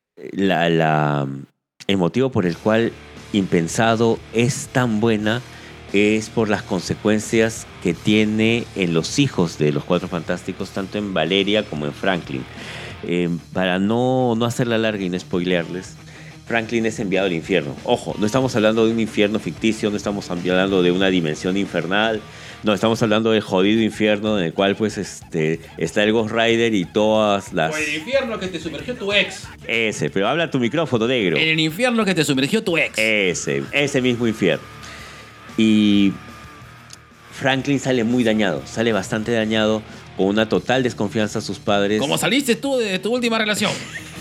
el motivo por el cual Impensado es tan buena es por las consecuencias que tiene en los hijos de los Cuatro Fantásticos, tanto en Valeria como en Franklin. Para no hacerla larga y no spoilearles, Franklin es enviado al infierno. Ojo, no estamos hablando de un infierno ficticio, no estamos hablando de una dimensión infernal, no, estamos hablando del jodido infierno en el cual pues está el Ghost Rider y todas las... O el infierno que te sumergió tu ex. Ese, pero habla tu micrófono, negro. En el infierno que te sumergió tu ex. Ese mismo infierno. Y Franklin sale muy dañado, sale bastante dañado, con una total desconfianza a sus padres. Como saliste tú de tu última relación.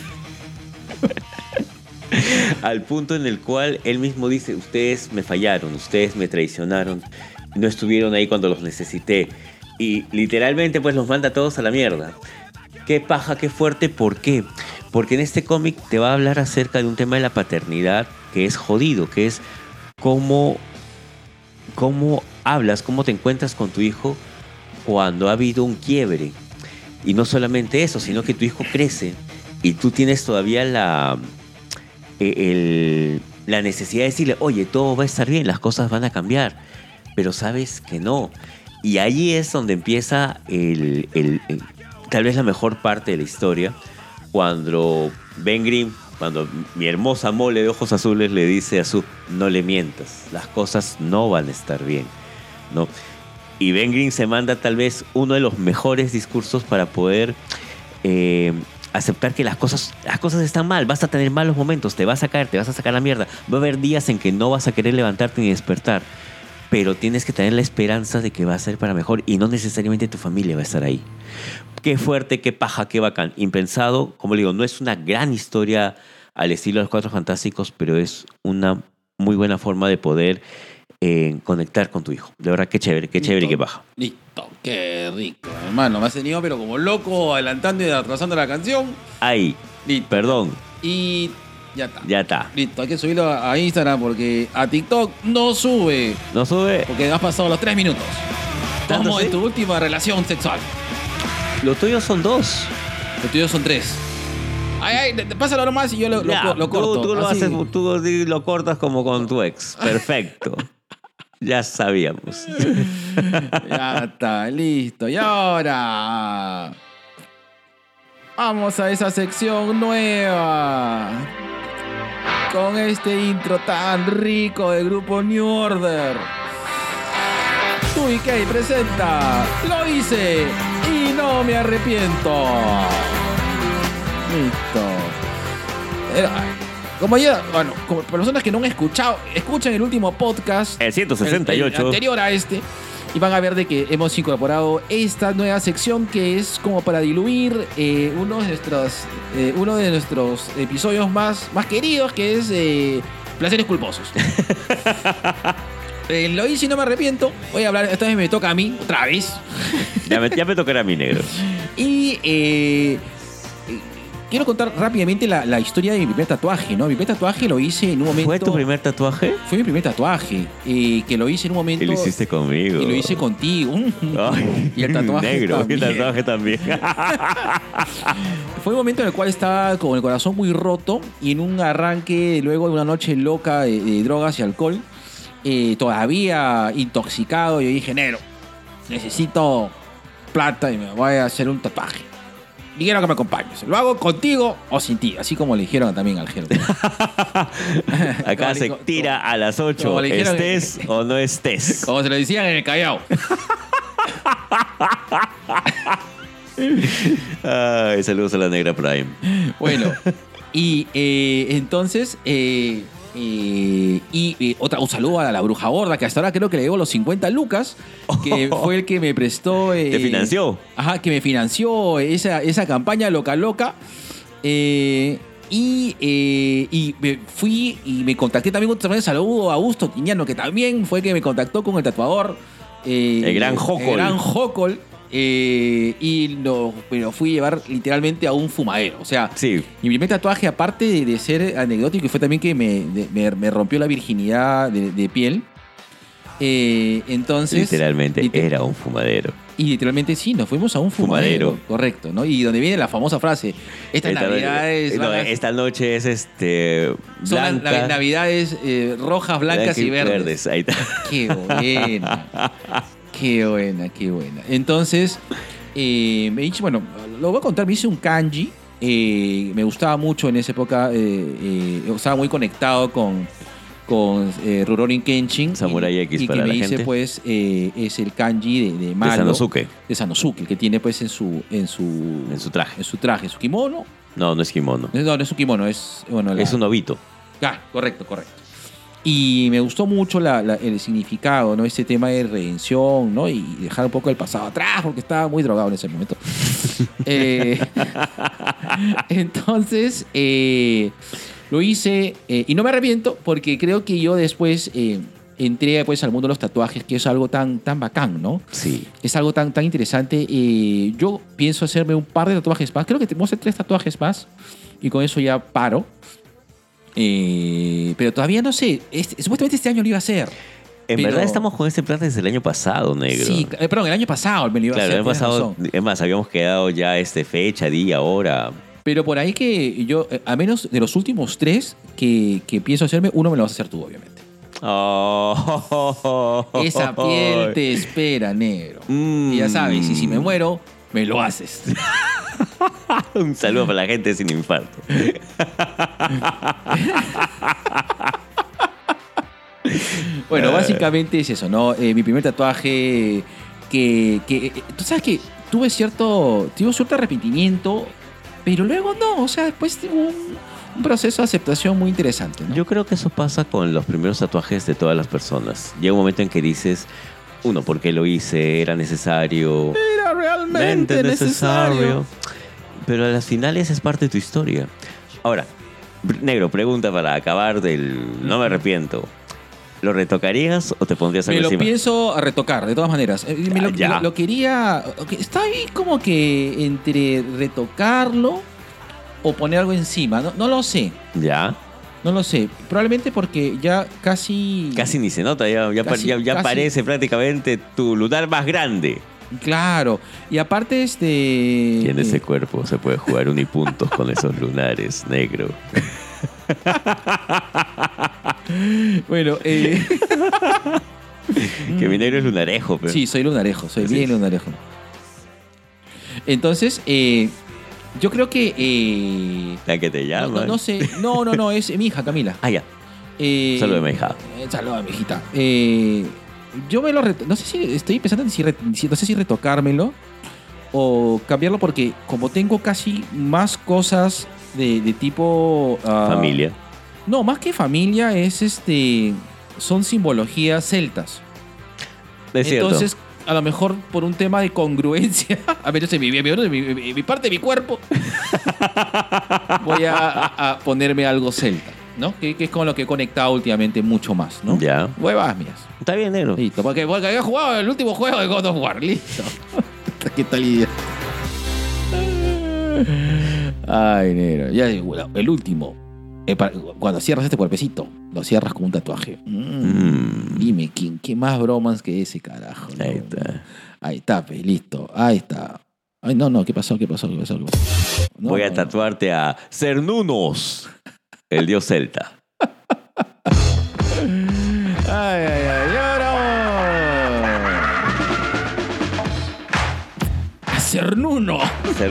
Al punto en el cual él mismo dice, ustedes me fallaron, ustedes me traicionaron, no estuvieron ahí cuando los necesité. Y literalmente pues los manda a todos a la mierda. Qué paja, qué fuerte, ¿por qué? Porque en este cómic te va a hablar acerca de un tema de la paternidad que es jodido, que es cómo hablas, cómo te encuentras con tu hijo cuando ha habido un quiebre. Y no solamente eso, sino que tu hijo crece y tú tienes todavía la necesidad de decirle, oye, todo va a estar bien, las cosas van a cambiar, pero sabes que no. Y ahí es donde empieza tal vez la mejor parte de la historia, cuando Ben Grimm, cuando mi hermosa mole de ojos azules le dice a Sue, no le mientas, las cosas no van a estar bien, ¿no? Y Ben Grimm se manda tal vez uno de los mejores discursos para poder aceptar que las cosas están mal, vas a tener malos momentos, te vas a caer, te vas a sacar la mierda, va a haber días en que no vas a querer levantarte ni despertar, pero tienes que tener la esperanza de que va a ser para mejor y no necesariamente tu familia va a estar ahí. Qué fuerte, qué paja, qué bacán. Impensado, como le digo, no es una gran historia al estilo de los Cuatro Fantásticos, pero es una muy buena forma de poder conectar con tu hijo. De verdad, qué chévere y qué paja. Listo, qué rico, hermano. Me has tenido pero como loco, adelantando y atrasando la canción. Ahí, Listo. perdón, Y ya está. ya está. Listo, hay que subirlo a Instagram porque a TikTok no sube. ¿No sube? Porque has pasado los 3 minutos. ¿Tanto Como sí? en tu última relación sexual. Los tuyos son 2. Los tuyos son 3. Ay, pásalo nomás y yo lo corto. Tú lo así. haces, tú lo cortas como con tu ex. Perfecto. Ya sabíamos. Ya está, listo. Y ahora vamos a esa sección nueva. Con este intro tan rico del grupo New Order. 2EK presenta Lo hice y no me arrepiento. Listo. Como ya, bueno, como personas que no han escuchado, escuchan el último podcast, El 168. el anterior a este, y van a ver de que hemos incorporado esta nueva sección que es como para diluir uno de nuestros episodios más queridos, que es Placeres Culposos. Lo hice y no me arrepiento. Voy a hablar, esta vez me toca a mí, otra vez. Ya me tocará a mi negro. Y quiero contar rápidamente la historia de mi primer tatuaje, ¿no? Mi primer tatuaje lo hice en un momento... ¿Fue tu primer tatuaje? Fue mi primer tatuaje, que lo hice en un momento... Y lo hiciste conmigo. Y lo hice contigo. Ay, Y el tatuaje negro, también. el tatuaje también. Fue un momento en el cual estaba con el corazón muy roto y en un arranque, luego de una noche loca de drogas y alcohol, todavía intoxicado, yo dije, negro, necesito plata y me voy a hacer un tatuaje. Y quiero que me acompañes. Lo hago contigo o sin ti, así como le dijeron también al Gero. Acá se tira a las 8. como le dijeron- Estés o no estés. Como se lo decían en el Callao. Ay, saludos a la negra Prime. Bueno, y entonces, un saludo a la bruja gorda, que hasta ahora creo que le debo los 50 lucas, que fue el que me prestó. ¿Te financió? Ajá, que me financió esa campaña loca. Y me fui y me contacté también otra vez. Saludo a Augusto Tiñano, que también fue el que me contactó con el tatuador. El gran Jocol. El gran Jocol. Y me lo fui a llevar literalmente a un fumadero. O sea, Sí. mi primer tatuaje, aparte de ser anecdótico, fue también que me rompió la virginidad de piel. Entonces... Literalmente era un fumadero. Y literalmente sí, nos fuimos a un fumadero. Correcto, ¿no? Y donde viene la famosa frase, estas navidades... esta noche es son blanca, navidades rojas, blancas y verdes. Ahí está. Qué buena. Qué buena. Entonces, me dije, bueno, lo voy a contar, me hice un kanji. Me gustaba mucho en esa época. Estaba muy conectado con Rurouni Kenshin. Samurai X y para que la me hice, gente. Pues, es el kanji de malo. De Sanosuke, el que tiene, pues, en su traje. En su traje, su kimono. No es kimono. No es su kimono, es... Bueno, es un obito. Correcto. Y me gustó mucho el significado, ¿no? Ese tema de redención, ¿no? Y dejar un poco el pasado atrás, porque estaba muy drogado en ese momento. Entonces, lo hice y no me arrepiento porque creo que yo después entré, pues, al mundo de los tatuajes, que es algo tan bacán, ¿no? Sí. Es algo tan interesante. Yo pienso hacerme un par de tatuajes más. Creo que tengo que hacer 3 tatuajes más y con eso ya paro. Pero todavía no sé. Supuestamente este año lo iba a hacer. En verdad estamos con este plan desde el año pasado, negro. Sí, perdón, el año pasado me lo iba a hacer. El año pasado, es más, habíamos quedado ya fecha, día, hora. Pero por ahí que yo, a menos de los últimos 3 que pienso hacerme, uno me lo vas a hacer tú, obviamente. Esa piel te espera, negro. Y ya sabes, y si me muero, me lo haces. Un saludo para la gente sin infarto. Bueno, básicamente es eso, ¿no? Mi primer tatuaje tú sabes que tuve cierto arrepentimiento, pero luego no, o sea, después tuve un proceso de aceptación muy interesante, ¿no? Yo creo que eso pasa con los primeros tatuajes de todas las personas. Llega un momento en que dices, uno, ¿por qué lo hice? ¿Era necesario? Era realmente necesario. Pero a las finales es parte de tu historia. Ahora, negro, pregunta para acabar no me arrepiento. ¿Lo retocarías o te pondrías algo encima? Me lo pienso a retocar, de todas maneras. Lo quería... Está ahí como que entre retocarlo o poner algo encima. No lo sé. ¿Ya? No lo sé. Probablemente porque ya casi... Casi ni se nota. Ya parece prácticamente tu lunar más grande. Claro. Y aparte Y en ese cuerpo se puede jugar unipuntos con esos lunares, negro. Bueno, que mi negro es lunarejo, pero... Sí, soy lunarejo, bien lunarejo. Entonces, yo creo que... La que te llama. No sé. No, es mi hija, Camila. Ya. Saludos a mi hija. Saludos a mi hijita. Yo me lo... No sé si estoy pensando no sé si retocármelo o cambiarlo porque como tengo casi más cosas de tipo... familia. No, más que familia son simbologías celtas. Es cierto. Entonces, a lo mejor por un tema de congruencia, a ver, mi parte de mi cuerpo, voy a ponerme algo celta, ¿no? Que es con lo que he conectado últimamente mucho más, ¿no? Ya. Huevas mías. Está bien, negro. Listo, porque había jugado el último juego de God of War, listo. ¿Qué tal idea? Ay, negro. Ya el último. Cuando cierras este cuerpecito, lo cierras con un tatuaje. Dime, ¿qué más bromas que ese, carajo? ¿No? Ahí está, listo. Ahí está. Ay, no, ¿qué pasó? No, voy a tatuarte a Cernunos, el dios celta. Ay, lloro. Cernunos.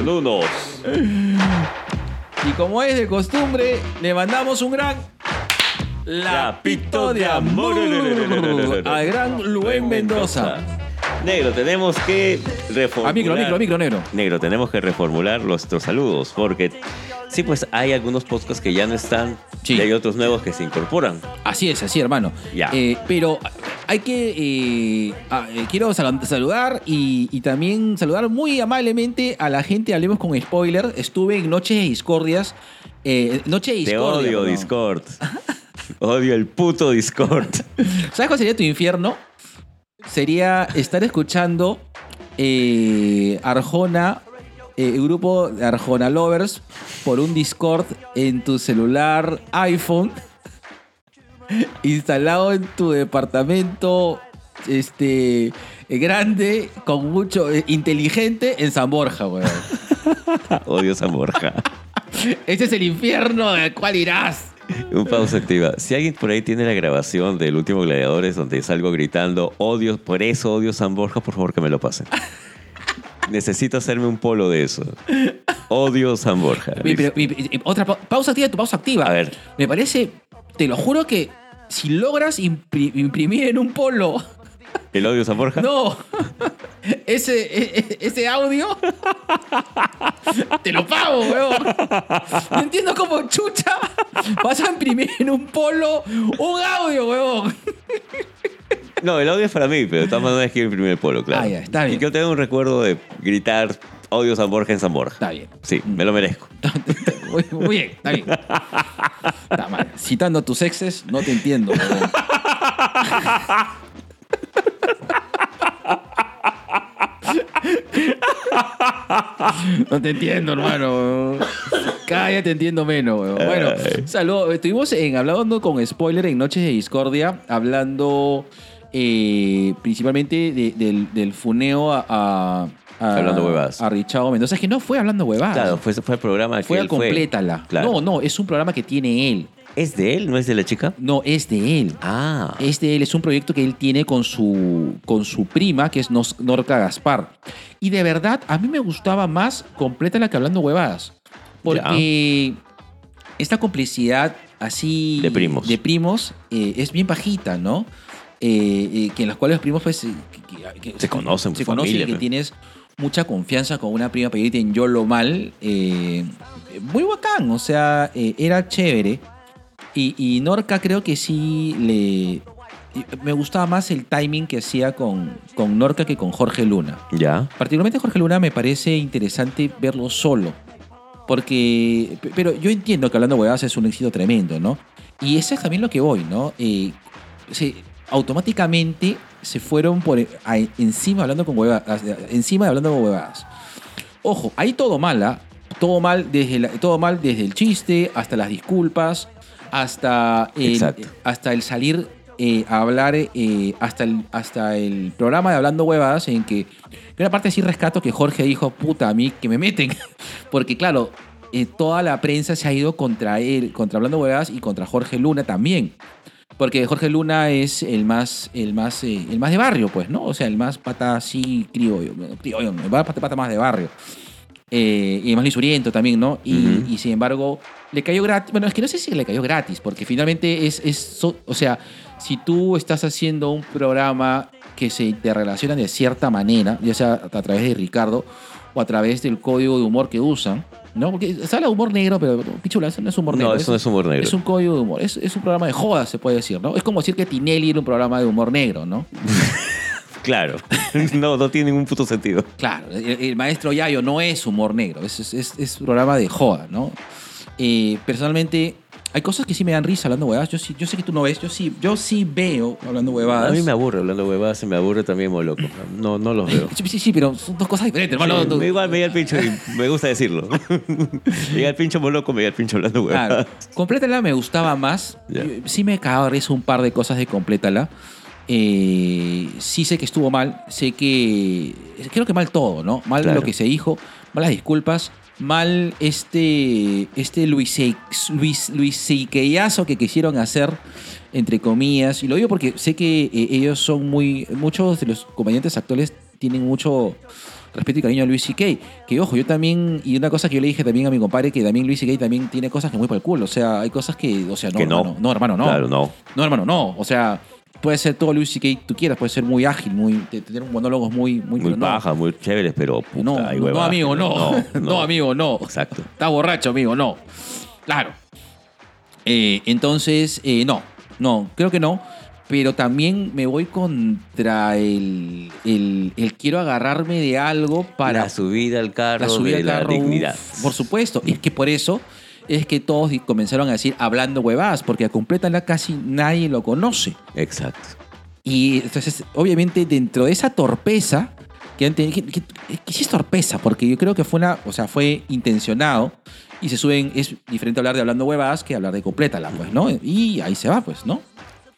Y como es de costumbre, le mandamos un gran lapito de amor al gran Luen Mendoza. Negro, tenemos que reformular. Micro, negro. Negro, tenemos que reformular nuestros saludos porque sí, pues hay algunos podcasts que ya no están y hay otros nuevos que se incorporan. Así es, hermano. Ya. Pero hay que... quiero saludar y también saludar muy amablemente a la gente. Hablemos con spoiler. Estuve en Noches de Discordias. Te odio, Discord. Odio el puto Discord. ¿Sabes cuál sería tu infierno? Sería estar escuchando Arjona, el grupo de Arjona Lovers, por un Discord en tu celular iPhone, instalado en tu departamento grande, con mucho, inteligente en San Borja, weón. Odio San Borja. Ese es el infierno al cual irás. Un pausa activa. Si alguien por ahí tiene la grabación del último Gladiadores donde salgo gritando por eso odio San Borja, por favor que me lo pasen. Necesito hacerme un polo de eso. Odio San Borja. Otra pausa activa, tu pausa activa. A ver. Me parece, te lo juro que si logras imprimir en un polo... ¿El odio San Borja? No, ese audio te lo pago, weón. No entiendo cómo chucha vas a imprimir en un polo un audio, weón. No, el audio es para mí, pero de todas maneras quiero imprimir el polo, claro. Ah, ya, está bien. Y que yo tengo un recuerdo de gritar odio San Borja en San Borja. Está bien. Sí, me lo merezco. Muy bien, está bien. Está mal. Citando tus exes, no te entiendo, weón. No te entiendo, hermano. Cada día te entiendo menos, weón. Bueno, saludos. Estuvimos hablando con Spoiler en Noches de Discordia, hablando principalmente del funeo Hablando huevadas. A Richao Mendoza. Es que no fue hablando huevadas. Claro, fue el programa fue que a él Complétala. Claro. No, es un programa que tiene él. ¿Es de él? ¿No es de la chica? No, es de él. Ah. Es de él, es un proyecto que él tiene con su prima, que es Norca Gaspar. Y de verdad, a mí me gustaba más Complétala que Hablando Huevadas. Porque esta complicidad así... De primos. Es bien bajita, ¿no? Que en las cuales los primos pues... Se conocen, se familia, conocen, que pues. tienes mucha confianza con una prima pedirte en Yolo Mal. Muy bacán, o sea, era chévere. Y Norca creo que sí me gustaba más el timing que hacía con Norca que con Jorge Luna. Ya. Particularmente Jorge Luna me parece interesante verlo solo. Pero yo entiendo que Hablando Huevadas es un éxito tremendo, ¿no? Y eso es también lo que voy, ¿no? Automáticamente se fueron encima de Hablando con Huevadas. Ojo, ahí todo mal, ¿ah? Todo mal desde el chiste hasta las disculpas, hasta el salir a hablar, hasta el programa de Hablando Huevadas, en que una parte sí rescato que Jorge dijo, puta, a mí que me meten. Porque claro, toda la prensa se ha ido contra él, contra Hablando Huevadas y contra Jorge Luna también. Porque Jorge Luna es el más de barrio, pues, ¿no? O sea, el más pata así criollo, el pata más de barrio. Y más lisuriento también, ¿no? Y sin embargo, le cayó gratis. Bueno, es que no sé si le cayó gratis, porque finalmente o sea, si tú estás haciendo un programa que se te relaciona de cierta manera, ya sea a través de Ricardo o a través del código de humor que usan, ¿no? Porque se habla de humor negro, pero pichula, eso no es humor negro. No, eso no es humor negro. Es un código de humor. Es un programa de joda, se puede decir, ¿no? Es como decir que Tinelli era un programa de humor negro, ¿no? Claro. No tiene ningún puto sentido. Claro, el maestro Yayo no es humor negro, es un programa de joda, ¿no? Personalmente, hay cosas que sí me dan risa hablando huevadas. Yo sé que tú no ves, yo sí veo hablando huevadas. A mí me aburre hablando huevadas, se me aburre también Moloco. No los veo. Sí, pero son dos cosas diferentes, hermano. Sí, igual me llega el pincho y me gusta decirlo. Me llega el pincho Moloco, me llega el pincho hablando huevadas. Claro. Complétala me gustaba más. Yeah. Sí me cagaba de risa un par de cosas de Complétala. Sí sé que estuvo mal, creo que mal todo, ¿no? Mal claro. Lo que se dijo, mal las disculpas, mal Luis Seikeyazo que quisieron hacer, entre comillas, y lo digo porque sé que ellos son muchos de los comediantes actuales tienen mucho respeto y cariño a Luis C.K., que ojo, yo también, y una cosa que yo le dije también a mi compadre, que también Luis C.K. también tiene cosas que muy por el culo, o sea, hay cosas que, o sea, no, hermano, no. Claro, no. No, hermano, no, o sea... Puede ser todo Luis C.K. tú quieras, puede ser muy ágil, tener monólogos muy bajas, muy chéveres, pero puta, no, hay huevadas, amigo, no. No, amigo, no. Exacto. Estás borracho, amigo, no. Claro. Entonces, no, creo que no. Pero también me voy contra el quiero agarrarme de algo para... La subida al carro la dignidad. Por supuesto. Es que por eso es que todos comenzaron a decir hablando huevadas, porque a Complétala casi nadie lo conoce. Exacto. Y entonces, obviamente, dentro de esa torpeza, que sí es torpeza, porque yo creo que fue intencionado, y se suben, es diferente hablar de hablando huevadas que hablar de Complétala, pues, ¿no? Y ahí se va, pues, ¿no?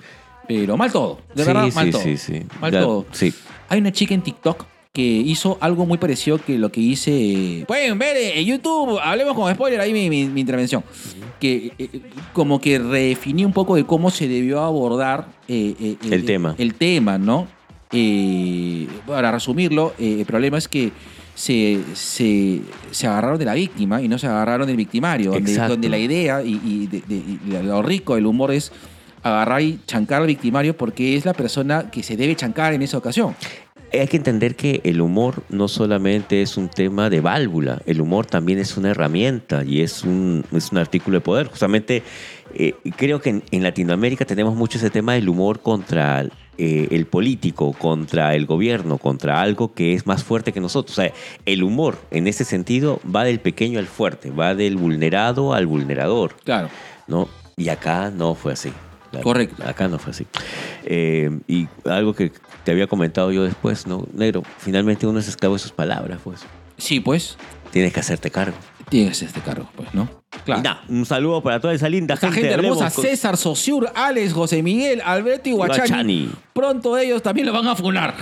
Pero mal todo. De verdad, mal todo. Sí. Mal Ya, todo. Sí. Hay una chica en TikTok que hizo algo muy parecido que lo que hice. Pueden ver en YouTube, hablemos con spoiler, ahí mi intervención. Que como que redefiní un poco de cómo se debió abordar El tema. El tema, ¿no? Para resumirlo, el problema es que se agarraron de la víctima y no se agarraron del victimario. Exacto. Donde la idea y lo rico del humor es agarrar y chancar al victimario porque es la persona que se debe chancar en esa ocasión. Hay que entender que el humor no solamente es un tema de válvula, el humor también es una herramienta y es un artículo de poder. Justamente creo que en Latinoamérica tenemos mucho ese tema del humor contra el político, contra el gobierno, contra algo que es más fuerte que nosotros. O sea, el humor en ese sentido va del pequeño al fuerte, va del vulnerado al vulnerador, Claro. ¿no? Y acá no fue así. Claro, Correcto. Acá no fue así. Y algo que te había comentado yo después, ¿no? Negro, finalmente uno es esclavo de sus palabras, pues. Sí, pues, Tienes que hacerte cargo. tienes este cargo, pues, ¿no? Y nada, un saludo para toda esa linda Esta gente Hablemos hermosa, con- César Sociur, Alex, José Miguel, Alberto y Guachani. Guachani. Pronto ellos también lo van a funar.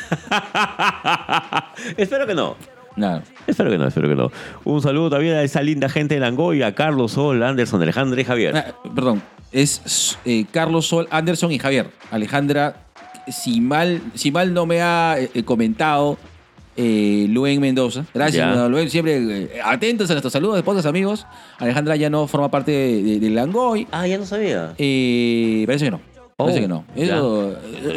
Espero que no. Nada. Espero que no. Un saludo también a esa linda gente de Langoy, a Carlos, Sol, Anderson, Alejandra y Javier. Perdón, es Carlos Sol, Anderson y Javier. Alejandra, si mal no me ha comentado Luen Mendoza. Gracias, Ya. Luen. Siempre atentos a nuestros saludos de podcast, amigos. Alejandra ya no forma parte de Langoy. Ah, ya no sabía. Parece que no. Parece Oh, que no. Eso,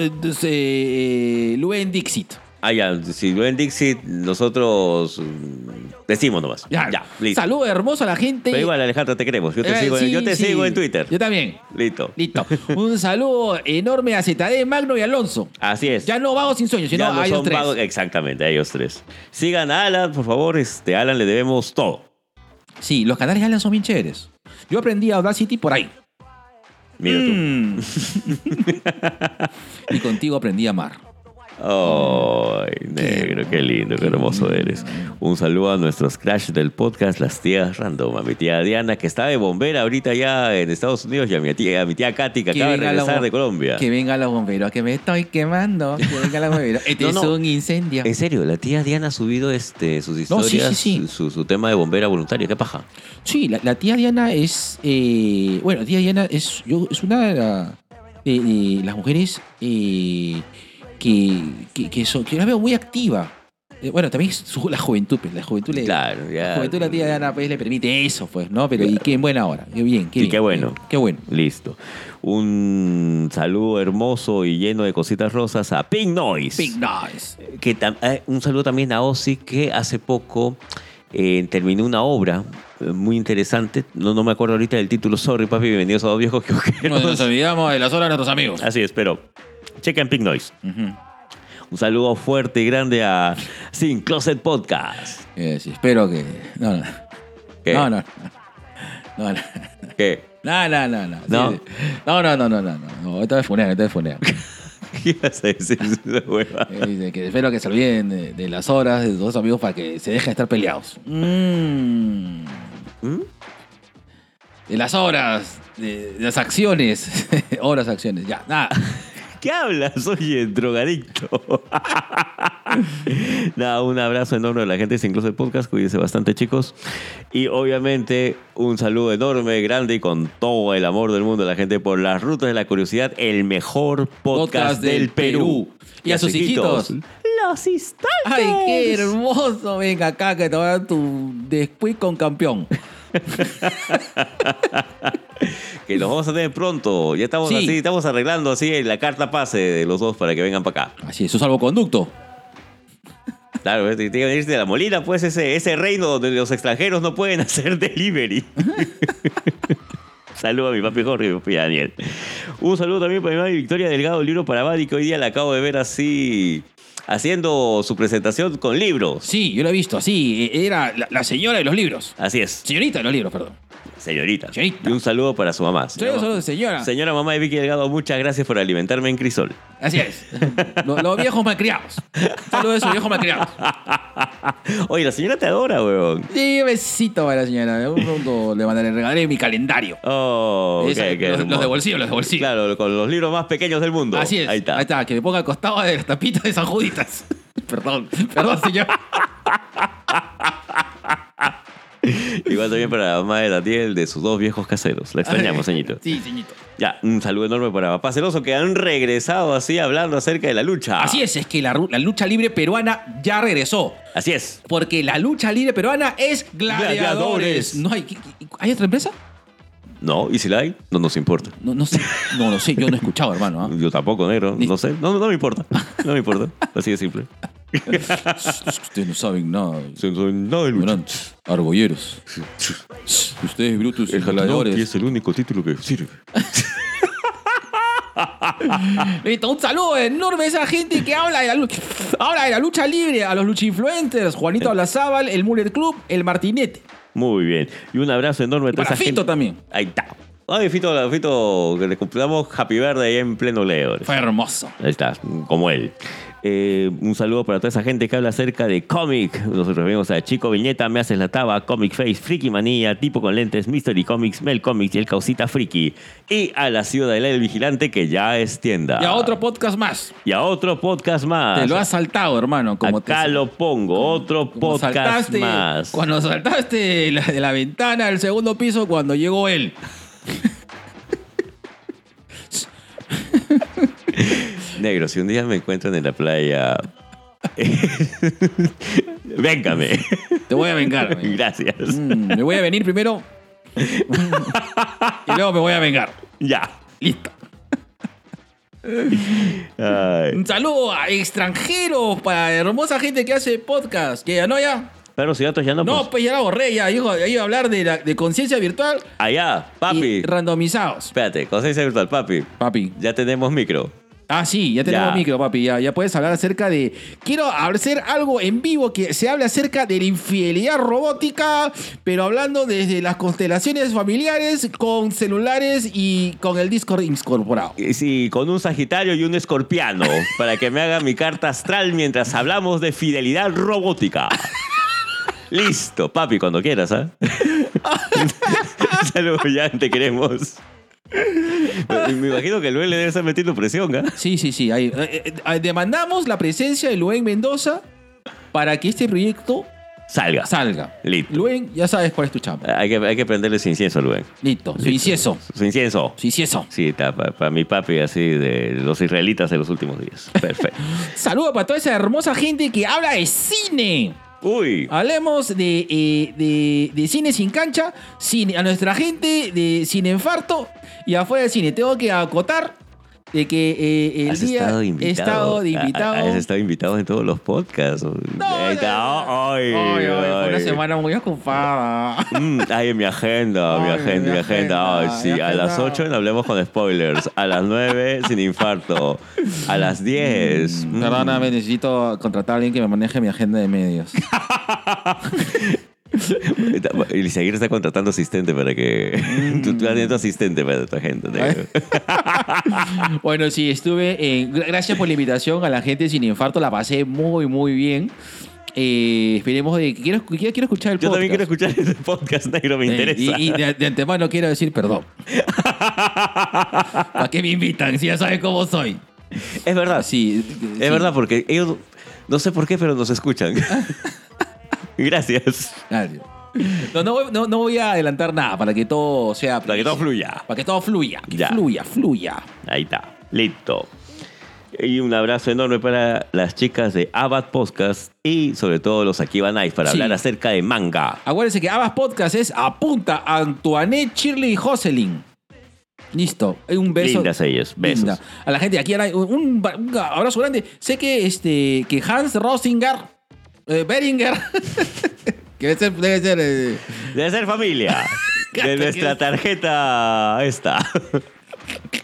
Luen Dixit. Ah, ya, si Luen Dixit, nosotros decimos nomás. Ya, listo. Saludo hermoso a la gente. Pero igual, Alejandra, te queremos. Yo te Sí, sí. sigo en Twitter. Yo también. Listo. Listo. Un saludo enorme a ZD, Magno y Alonso. Así es. Ya no vagos sin sueños, sino Ya no a ellos son tres. vagos- exactamente, a ellos tres. Sigan a Alan, por favor. A Alan le debemos todo. Sí, los canales de Alan son bien chéveres. Yo aprendí a Audacity por ahí. Mira tú. Y contigo aprendí a amar. Ay, negro, qué lindo, qué hermoso eres. Un saludo a nuestros crash del podcast, las tías random, a mi tía Diana, que está de bombera ahorita ya en Estados Unidos, y a mi tía Katy, que acaba de venga regresar los- de Colombia. Que vengan los bomberos, que me estoy quemando. Que vengan los bomberos. Este No, es no. un incendio. En serio, la tía Diana ha subido sus historias, sí. Su tema de bombera voluntaria, qué paja. Sí, la tía Diana es... bueno, tía Diana es una de las mujeres que la veo muy activa. Bueno, también es la juventud, pues, la juventud Claro, ya. la juventud de la tía Diana pues, le permite eso, pues, ¿no? Pero y qué en buena hora, qué bien, qué Y bien. qué bueno. Qué bueno. Listo. Un saludo hermoso y lleno de cositas rosas a Pink Noise. Big noise. Un saludo también a Ozzy, que hace poco terminó una obra muy interesante. No me acuerdo ahorita del título. Sorry, papi, bienvenidos a Dos Viejos Quioqueros. Nos olvidamos de las horas de nuestros amigos. Así es, pero chequen Pink Noise. Ujú. Un saludo fuerte y grande a Sin Closet Podcast. Sí, espero que... No. ¿Qué? No. ¿Qué? No. ¿No? Sí. No. Esta vez funea. ¿Qué ibas a decir? Esa hueva? Dice que espero que se olviden de las horas de sus dos amigos para que se dejen de estar peleados. De las horas, de las acciones. Horas, acciones. Ya, nada. ¿Qué hablas? Oye, drogadicto. Nada, un abrazo enorme a la gente de Sin Closet Podcast. Cuídense bastante, chicos. Y obviamente un saludo enorme, grande y con todo el amor del mundo a la gente por Las Rutas de la Curiosidad, el mejor podcast del Perú. Y a sus hijitos. Los Instantes. ¡Ay, qué hermoso! Venga acá que te voy a dar tu después con campeón. Que los vamos a tener pronto. Ya estamos Sí. así, estamos arreglando así la carta pase de los dos para que vengan para acá. Así es, su salvoconducto. Claro, tiene que venirse de la Molina, pues ese reino donde los extranjeros no pueden hacer delivery. Saludo a mi papi Jorge y mi papi Daniel. Un saludo también para mi mami Victoria Delgado, el libro para Badi, que hoy día la acabo de ver así, haciendo su presentación con libros. Sí, yo lo he visto así. Era la señora de los libros. Así es. Señorita de los libros, perdón. Señorita. Señorita. Y un saludo para su mamá. Solo señora. Señora mamá de Vicky Delgado, muchas gracias por alimentarme en crisol. Así es. Los viejos malcriados. Solo eso, viejos malcriados. Oye, la señora te adora, weón. Sí, besito para la señora. Pronto le regalaré mi calendario. Oh, Esa, qué los de hermoso. bolsillo, los de bolsillo. Claro, con los libros más pequeños del mundo. Así es. Ahí está. Que me ponga al costado de las tapitas de San Juditas. Perdón, señor. Igual también para la mamá de Daniel, de sus 2 viejos caseros. La extrañamos, señito. Sí, señito. Ya, un saludo enorme para Papá Celoso, que han regresado así hablando acerca de la lucha. Así es que la lucha libre peruana ya regresó. Así es. Porque la lucha libre peruana es Gladiadores. Gladiadores. No ¿Hay otra empresa? No, y si la hay, no nos importa. No sé. No lo sé, yo no he escuchado, hermano. ¿Ah? Yo tampoco, negro. No sé. No me importa. No me importa. Así de simple. Ustedes no saben nada. No de lucha. Ignorantes, argolleros. Ustedes, brutos, El Hatinauki gladiadores. es el único título que sirve. Listo, un saludo enorme a esa gente que habla de la lucha libre, a los lucha-influencers, Juanito Olazábal, el Muller Club, el Martinete. Muy bien. Y un abrazo enorme a toda Para esa Fito gente. también. Ahí está. Ay, Fito, que le cumplamos Happy Birthday ahí en pleno Leo. Fue hermoso. Ahí está, como él. Un saludo para toda esa gente que habla acerca de cómic. Nosotros vemos a Chico Viñeta, Me Haces la Taba, Comic Face, Friki Manía, Tipo con Lentes, Mystery Comics, Mel Comics y el Causita Friki. Y a la Ciudadela del Vigilante, que ya es tienda. Y a otro podcast más. Y a otro podcast más. Te lo has saltado, hermano. Acá lo pongo, otro como podcast saltaste, más. Cuando saltaste de la ventana del segundo piso cuando llegó él. Negro, si un día me encuentran en la playa, véngame. Te voy a vengar. amigo. Gracias. Me voy a venir primero. Y luego me voy a vengar. Ya. Listo. Ay. Un saludo a extranjeros, para hermosa gente que hace podcast. Que ya no, ya. Perros y gatos ya no. No, pues ya la borré, ya. Iba a hablar de conciencia virtual Allá, papi. y randomizados. Espérate, conciencia virtual, papi. Papi. Ya tenemos micro. Ah, sí, ya tenemos Ya. micro, papi. Ya puedes hablar acerca de... Quiero hacer algo en vivo que se hable acerca de la infidelidad robótica, pero hablando desde las constelaciones familiares, con celulares y con el Discord incorporado. Sí, con un Sagitario y un Escorpiano, para que me haga mi carta astral mientras hablamos de fidelidad robótica. Listo, papi, cuando quieras, ¿ah? Saludos, ya te queremos. Me imagino que Luis le debe estar metiendo presión, ¿ah? Sí. Demandamos la presencia de Luen Mendoza para que este proyecto salga. Listo. Luen, ya sabes cuál es tu chamba. Hay que prenderle su incienso, Luen. Listo. Su incienso. Su incienso. Su incienso. Sí, está para mi papi así de los israelitas de los últimos días. Perfecto. Saludos para toda esa hermosa gente que habla de cine. Uy. Hablemos de cine sin cancha, a nuestra gente de Cine Infarto y afuera del cine. Tengo que acotar de que Has he estado de invitado. invitado. Has estado invitado en todos los podcasts. Ahí está. Ay, Fue una ay. semana muy ocupada. Ay, mi agenda. Ay, sí. mi A las agenda. 8 en Hablemos con Spoilers. A las 9 Sin Infarto. A las 10. Perdóname, necesito contratar a alguien que me maneje mi agenda de medios. Y seguir está contratando asistente para que... Tú tienes tu asistente para tu agenda. negro. Bueno, sí, estuve. Gracias por la invitación a la gente sin infarto. La pasé muy, muy bien. Esperemos de. Quiero escuchar el podcast. Yo también quiero escuchar ese podcast, negro. Me interesa. Y de antemano quiero decir perdón. ¿Para qué me invitan si ya saben cómo soy? Es verdad. Sí, Es verdad, porque ellos... No sé por qué, pero nos escuchan. Gracias. Gracias. No voy a adelantar nada para que todo sea. Para que todo fluya. Para que todo fluya. Que Ya. fluya. Ahí está. Listo. Y un abrazo enorme para las chicas de Abad Podcast y sobre todo los Akiba Nice para Sí. hablar acerca de manga. Acuérdense que Abas Podcast es Apunta Antoinette, Shirley y Jocelyn. Listo. Un beso. Lindas ellas. Besos. Linda. A la gente de aquí un abrazo grande. Sé que Hans Beringer que debe ser Debe ser familia. De nuestra tarjeta esta.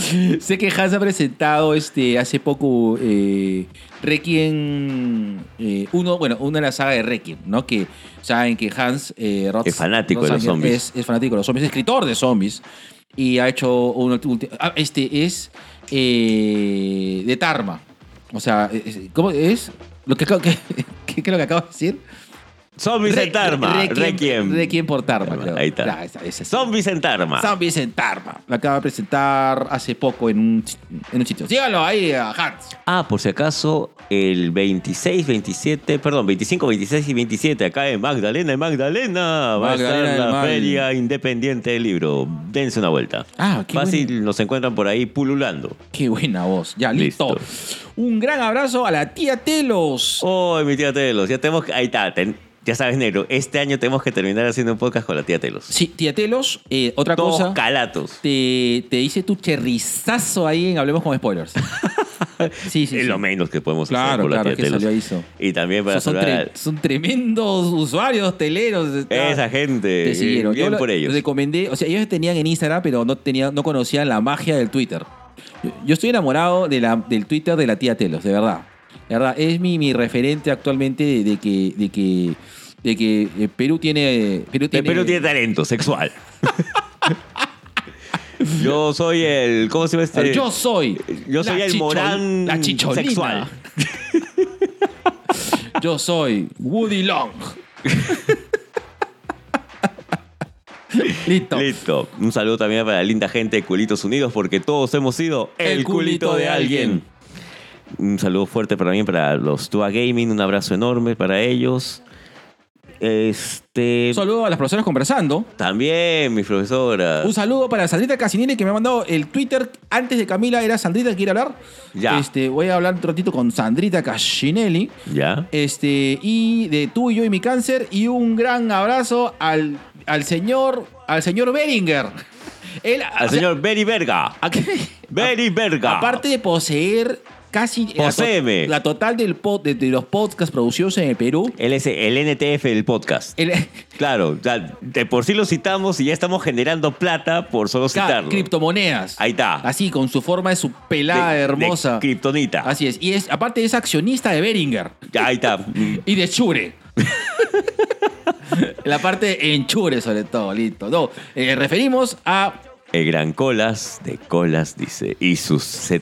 Sé que Hans ha presentado hace poco Requiem, una de la saga de Requiem, ¿no? Que saben que Hans Es fanático de los zombies. Es fanático de los zombies, es escritor de zombies. Y ha hecho es de Tarma. O sea, ¿cómo es? ¿Qué es lo que acabo de decir? Zombies en Tarma. Requiem. Requiem por Tarma, creo. Ahí está. Claro, esa. Zombies en Tarma. Zombies en Tarma. Lo acaba de presentar hace poco en un sitio. Síganlo ahí a Hans. Por si acaso, el 25, 26 y 27, acá en Magdalena, va a estar Magdalena del la Mal. Feria Independiente del Libro. Dense una vuelta. Qué Fácil, nos encuentran por ahí pululando. Qué buena voz. Ya, listo. Un gran abrazo a la tía Telos. Oh, mi tía Telos, ya tenemos que... Ahí está, ya sabes, negro, este año tenemos que terminar haciendo un podcast con la tía Telos. Sí, tía Telos, otra Todos cosa. calatos. Te hice tu cherrizazo ahí en Hablemos con Spoilers. Sí. Es lo menos que podemos hacer Claro, por la tía que Telos. salió ahí. Y también para saludar Son tremendos usuarios teleros. esa gente. Te siguieron. Bien Yo por ellos. recomendé, o sea, ellos tenían en Instagram, pero no conocían la magia del Twitter. Yo estoy enamorado del Twitter de la tía Telos, de verdad. De verdad, es mi referente actualmente de que Perú tiene talento sexual. Yo soy el... ¿Cómo se llama Yo soy el Morán la chicholina sexual. Yo soy Woody Long. Listo. Un saludo también para la linda gente de Culitos Unidos, porque todos hemos sido el culito de alguien. Un saludo fuerte también para los Tua Gaming, un abrazo enorme para ellos. Un saludo a las profesoras conversando. También, mis profesoras. Un saludo para Sandrita Casinelli, que me ha mandado el Twitter. Antes de Camila era Sandrita que quiere hablar. Ya. Voy a hablar un ratito con Sandrita Casinelli. Ya. Y de tú y yo y mi cáncer. Y un gran abrazo al señor Beringer. Al señor Beri Verga. Beri Verga. Aparte de poseer casi Poséeme. la total de los podcasts producidos en el Perú. Él es el NTF del podcast. Claro, de por sí lo citamos y ya estamos generando plata por solo citarlo. Criptomonedas. Ahí está. Así, con su forma de su pelada hermosa. De kriptonita. Así es. Y aparte es accionista de Beringer. Ahí está. Y de Chure. La parte en Chure, sobre todo. Listo. No, referimos a... El Gran Colas de Colas dice, y sus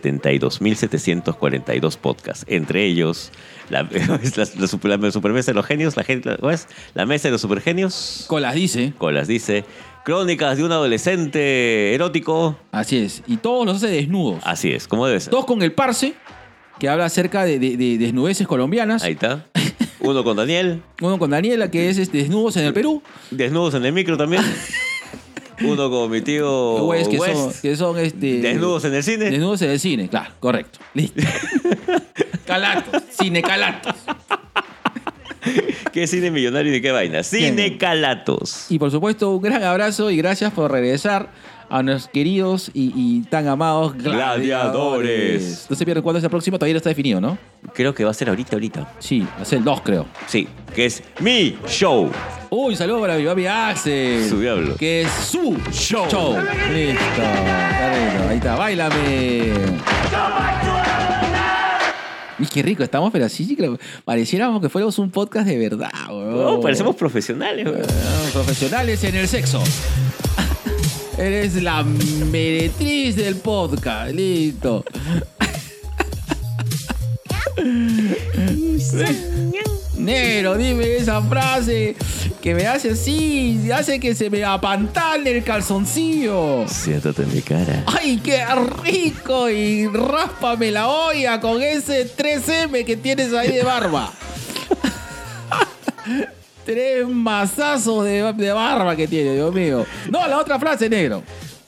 72.742 podcasts, entre ellos la Supermesa de los Genios, la Mesa de los Supergenios. Colas dice. Crónicas de un adolescente erótico. Así es. Y todos los hace desnudos. Así es, como debe ser. Todos con el Parce, que habla acerca de desnudeces colombianas. Ahí está. Uno con Daniel. Uno con Daniela, que es Desnudos en el Perú. Desnudos en el micro también. Uno con mi tío West, que son desnudos en el cine. Desnudos en el cine, claro, correcto. Listo. Calatos, cine Calatos. ¿Qué cine millonario y de qué vaina? Cine Calatos. Y por supuesto, un gran abrazo y gracias por regresar a nuestros queridos y tan amados gladiadores. No se pierdan cuándo es el próximo, todavía no está definido, ¿no? Creo que va a ser ahorita. Sí, va a ser el 2, creo. Sí, que es mi show. Uy, saludos para mi papi Axel. Su diablo. Que es su show. Listo. Ahí está, báilame. Y qué rico estamos, pero así pareciéramos que fuéramos un podcast de verdad, weón. No, parecemos profesionales, weón. Profesionales en el sexo. Eres la meretriz del podcast. Listo. Negro, dime esa frase que me hace así, hace que se me apantale el calzoncillo. Siéntate en mi cara. ¡Ay, qué rico! Y ráspame la olla con ese 3M que tienes ahí de barba. 3 mazazos de barba que tiene, Dios mío. No, la otra frase, negro.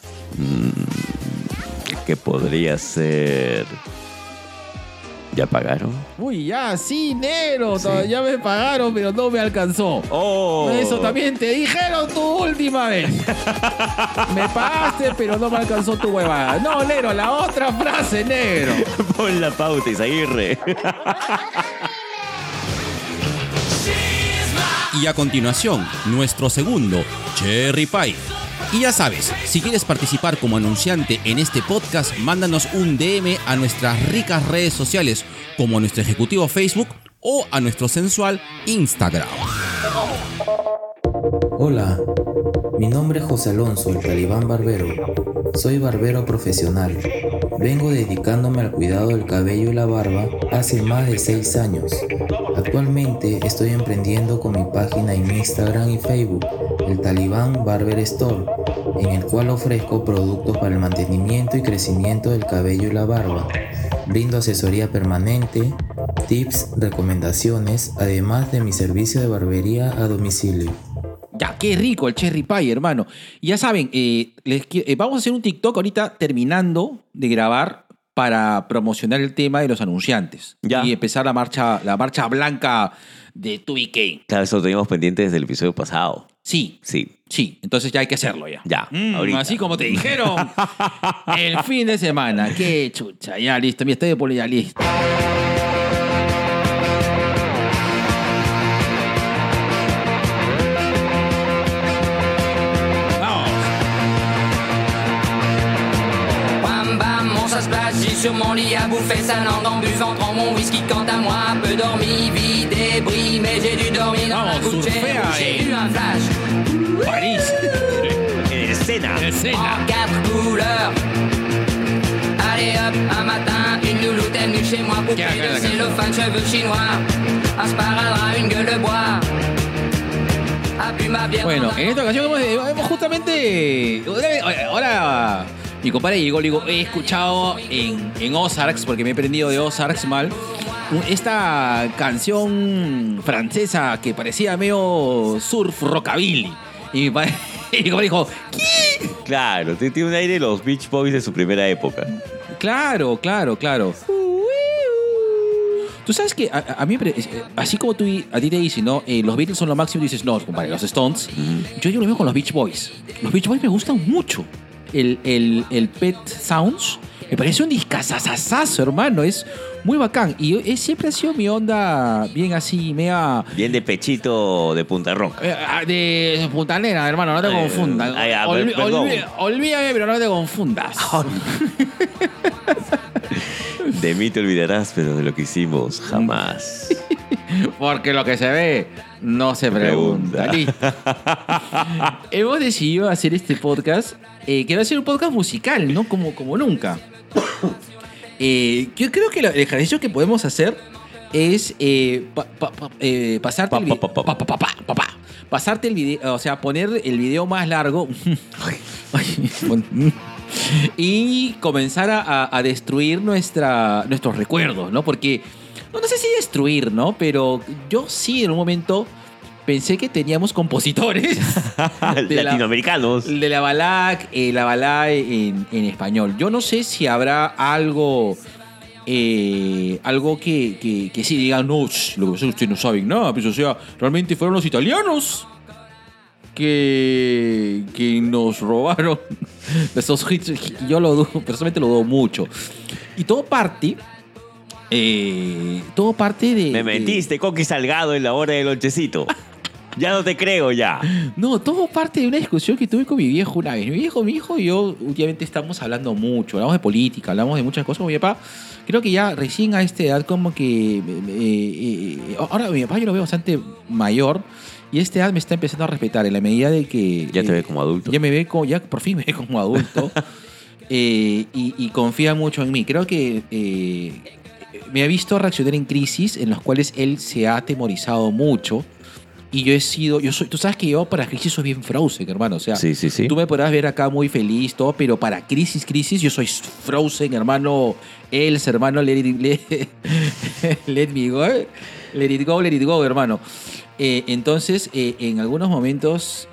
¿Qué podría ser? ¿Ya pagaron? Uy, ya, sí, negro. Sí. Ya me pagaron, pero no me alcanzó. Oh. Eso también te dijeron tu última vez. Me pagaste, pero no me alcanzó tu huevada. No, negro, la otra frase, negro. Pon la pauta, Isaguirre. Y a continuación, nuestro segundo Cherry Pie. Y ya sabes, si quieres participar como anunciante en este podcast, mándanos un DM a nuestras ricas redes sociales, como a nuestro ejecutivo Facebook o a nuestro sensual Instagram. Hola, mi nombre es José Alonso, el Talibán Barbero. Soy barbero profesional. Vengo dedicándome al cuidado del cabello y la barba hace más de 6 años. Actualmente estoy emprendiendo con mi página en Instagram y Facebook, el Talibán Barber Store, en el cual ofrezco productos para el mantenimiento y crecimiento del cabello y la barba. Brindo asesoría permanente, tips, recomendaciones, además de mi servicio de barbería a domicilio. Ya, qué rico el cherry pie, hermano. Y ya saben, vamos a hacer un TikTok ahorita terminando de grabar para promocionar el tema de los anunciantes. Ya. Y empezar la marcha blanca de 2BK. Claro, eso lo teníamos pendiente desde el episodio pasado. Sí, Sí. sí. Entonces ya hay que hacerlo ya. Ya, ahorita. Así como te dijeron el fin de semana. Qué chucha. Ya listo. Mi estadio de polo ya listo. J'ai sur mon lit à bouffer sa langue en buvant prends mon whisky quant à moi peu dormi, vie débris mais j'ai dû dormir dans la couche j'ai eu un flash París. En escena. en 4 couleurs allez hop, un matin une louloute est venue chez moi poupée de cellophane, cheveux chinois un sparadrap, une gueule de bois a bu ma bière. Bueno, en esta ocasión hemos justamente... Ahora mi compadre llegó, le digo, he escuchado en Ozarks, porque me he prendido de Ozarks mal, esta canción francesa que parecía medio surf rockabilly. Y mi padre dijo, ¿qué? Claro, tiene un aire de los Beach Boys de su primera época. Claro. Tú sabes que a mí, así como a ti te dicen, ¿no? Los Beatles son lo máximo, dices, no, compadre, los Stones. Yo lo veo con los Beach Boys. Los Beach Boys me gustan mucho. El Pet Sounds me parece un discazazazazo, hermano. Es muy bacán. Y siempre ha sido mi onda bien así, mega... Bien de pechito de Punta Roca. De puntanera, hermano, no te confundas. Perdón. Olvídame, pero no te confundas. De mí te olvidarás, pero de lo que hicimos jamás. Porque lo que se ve no se pregunta. Listo. Hemos decidido hacer este podcast, que va a ser un podcast musical, ¿no? Como nunca. Yo creo que el ejercicio que podemos hacer es pasarte el video. Pasarte el video, o sea, poner el video más largo. Y comenzar a destruir nuestros recuerdos, ¿no? Porque, no sé si destruir, ¿no? Pero yo sí en un momento pensé que teníamos compositores latinoamericanos. De la balada en español. Yo no sé si habrá algo que sí digan, no, lo que ustedes no saben nada, pues, o sea, realmente fueron los italianos que nos robaron esos hits. Yo lo dudo, personalmente lo dudo mucho. Y todo parte de... Me mentiste, Coqui Salgado en la hora del lonchecito. Ya no te creo ya. No, todo parte de una discusión que tuve con mi viejo una vez. Mi hijo y yo últimamente estamos hablando mucho. Hablamos de política, hablamos de muchas cosas con mi papá. Creo que ya recién a esta edad como que... ahora mi papá yo lo veo bastante mayor. Y a esta edad me está empezando a respetar en la medida de que... Ya te ve como adulto. Ya por fin me ve como adulto. Y confía mucho en mí. Creo que me ha visto reaccionar en crisis en las cuales él se ha atemorizado mucho. Y tú sabes que yo para crisis soy bien Frozen, hermano. O sea, sí. Tú me podrás ver acá muy feliz, todo, pero para crisis, yo soy Frozen, hermano. Elsa, hermano, let me go. Let it go, hermano. Entonces, en algunos momentos,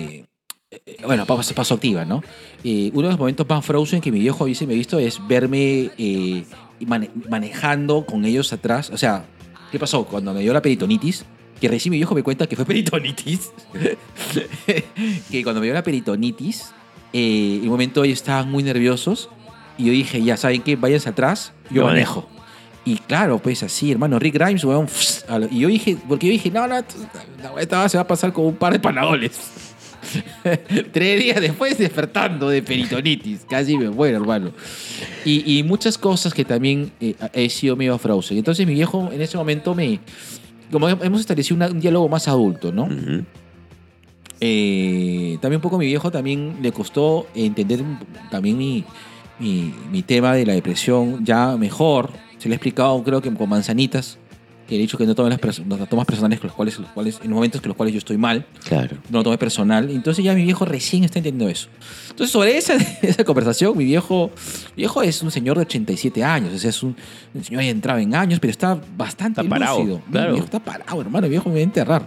paso activa, ¿no? Uno de los momentos más Frozen que mi viejo dice me ha visto es verme manejando con ellos atrás. O sea, ¿qué pasó? Cuando me dio la peritonitis, que recién mi viejo me cuenta que fue peritonitis, que cuando me dio la peritonitis, en un momento ellos estaban muy nerviosos y yo dije, ya saben qué, váyanse atrás, yo manejo. Y claro, pues así, hermano, Rick Grimes, weón, y yo dije, no, esta se va a pasar con un par de panadoles. 3 días después despertando de peritonitis. Casi me muero, hermano. Y muchas cosas que también he sido medio Frozen. Entonces mi viejo en ese momento como hemos establecido un diálogo más adulto, ¿no? Ujú. También un poco a mi viejo también le costó entender también mi tema de la depresión ya mejor. Se le ha explicado, creo que con manzanitas, que he dicho que no tomes las tomas personales con los cuales, en momentos que los cuales yo estoy mal, Claro. no lo tomé personal. Entonces ya mi viejo recién está entendiendo eso. Entonces sobre esa conversación, mi viejo es un señor de 87 años, o sea, es un señor ya entrado en años, pero está bastante Está parado, lúcido. claro. Mi viejo está parado, hermano, mi viejo me va a enterrar.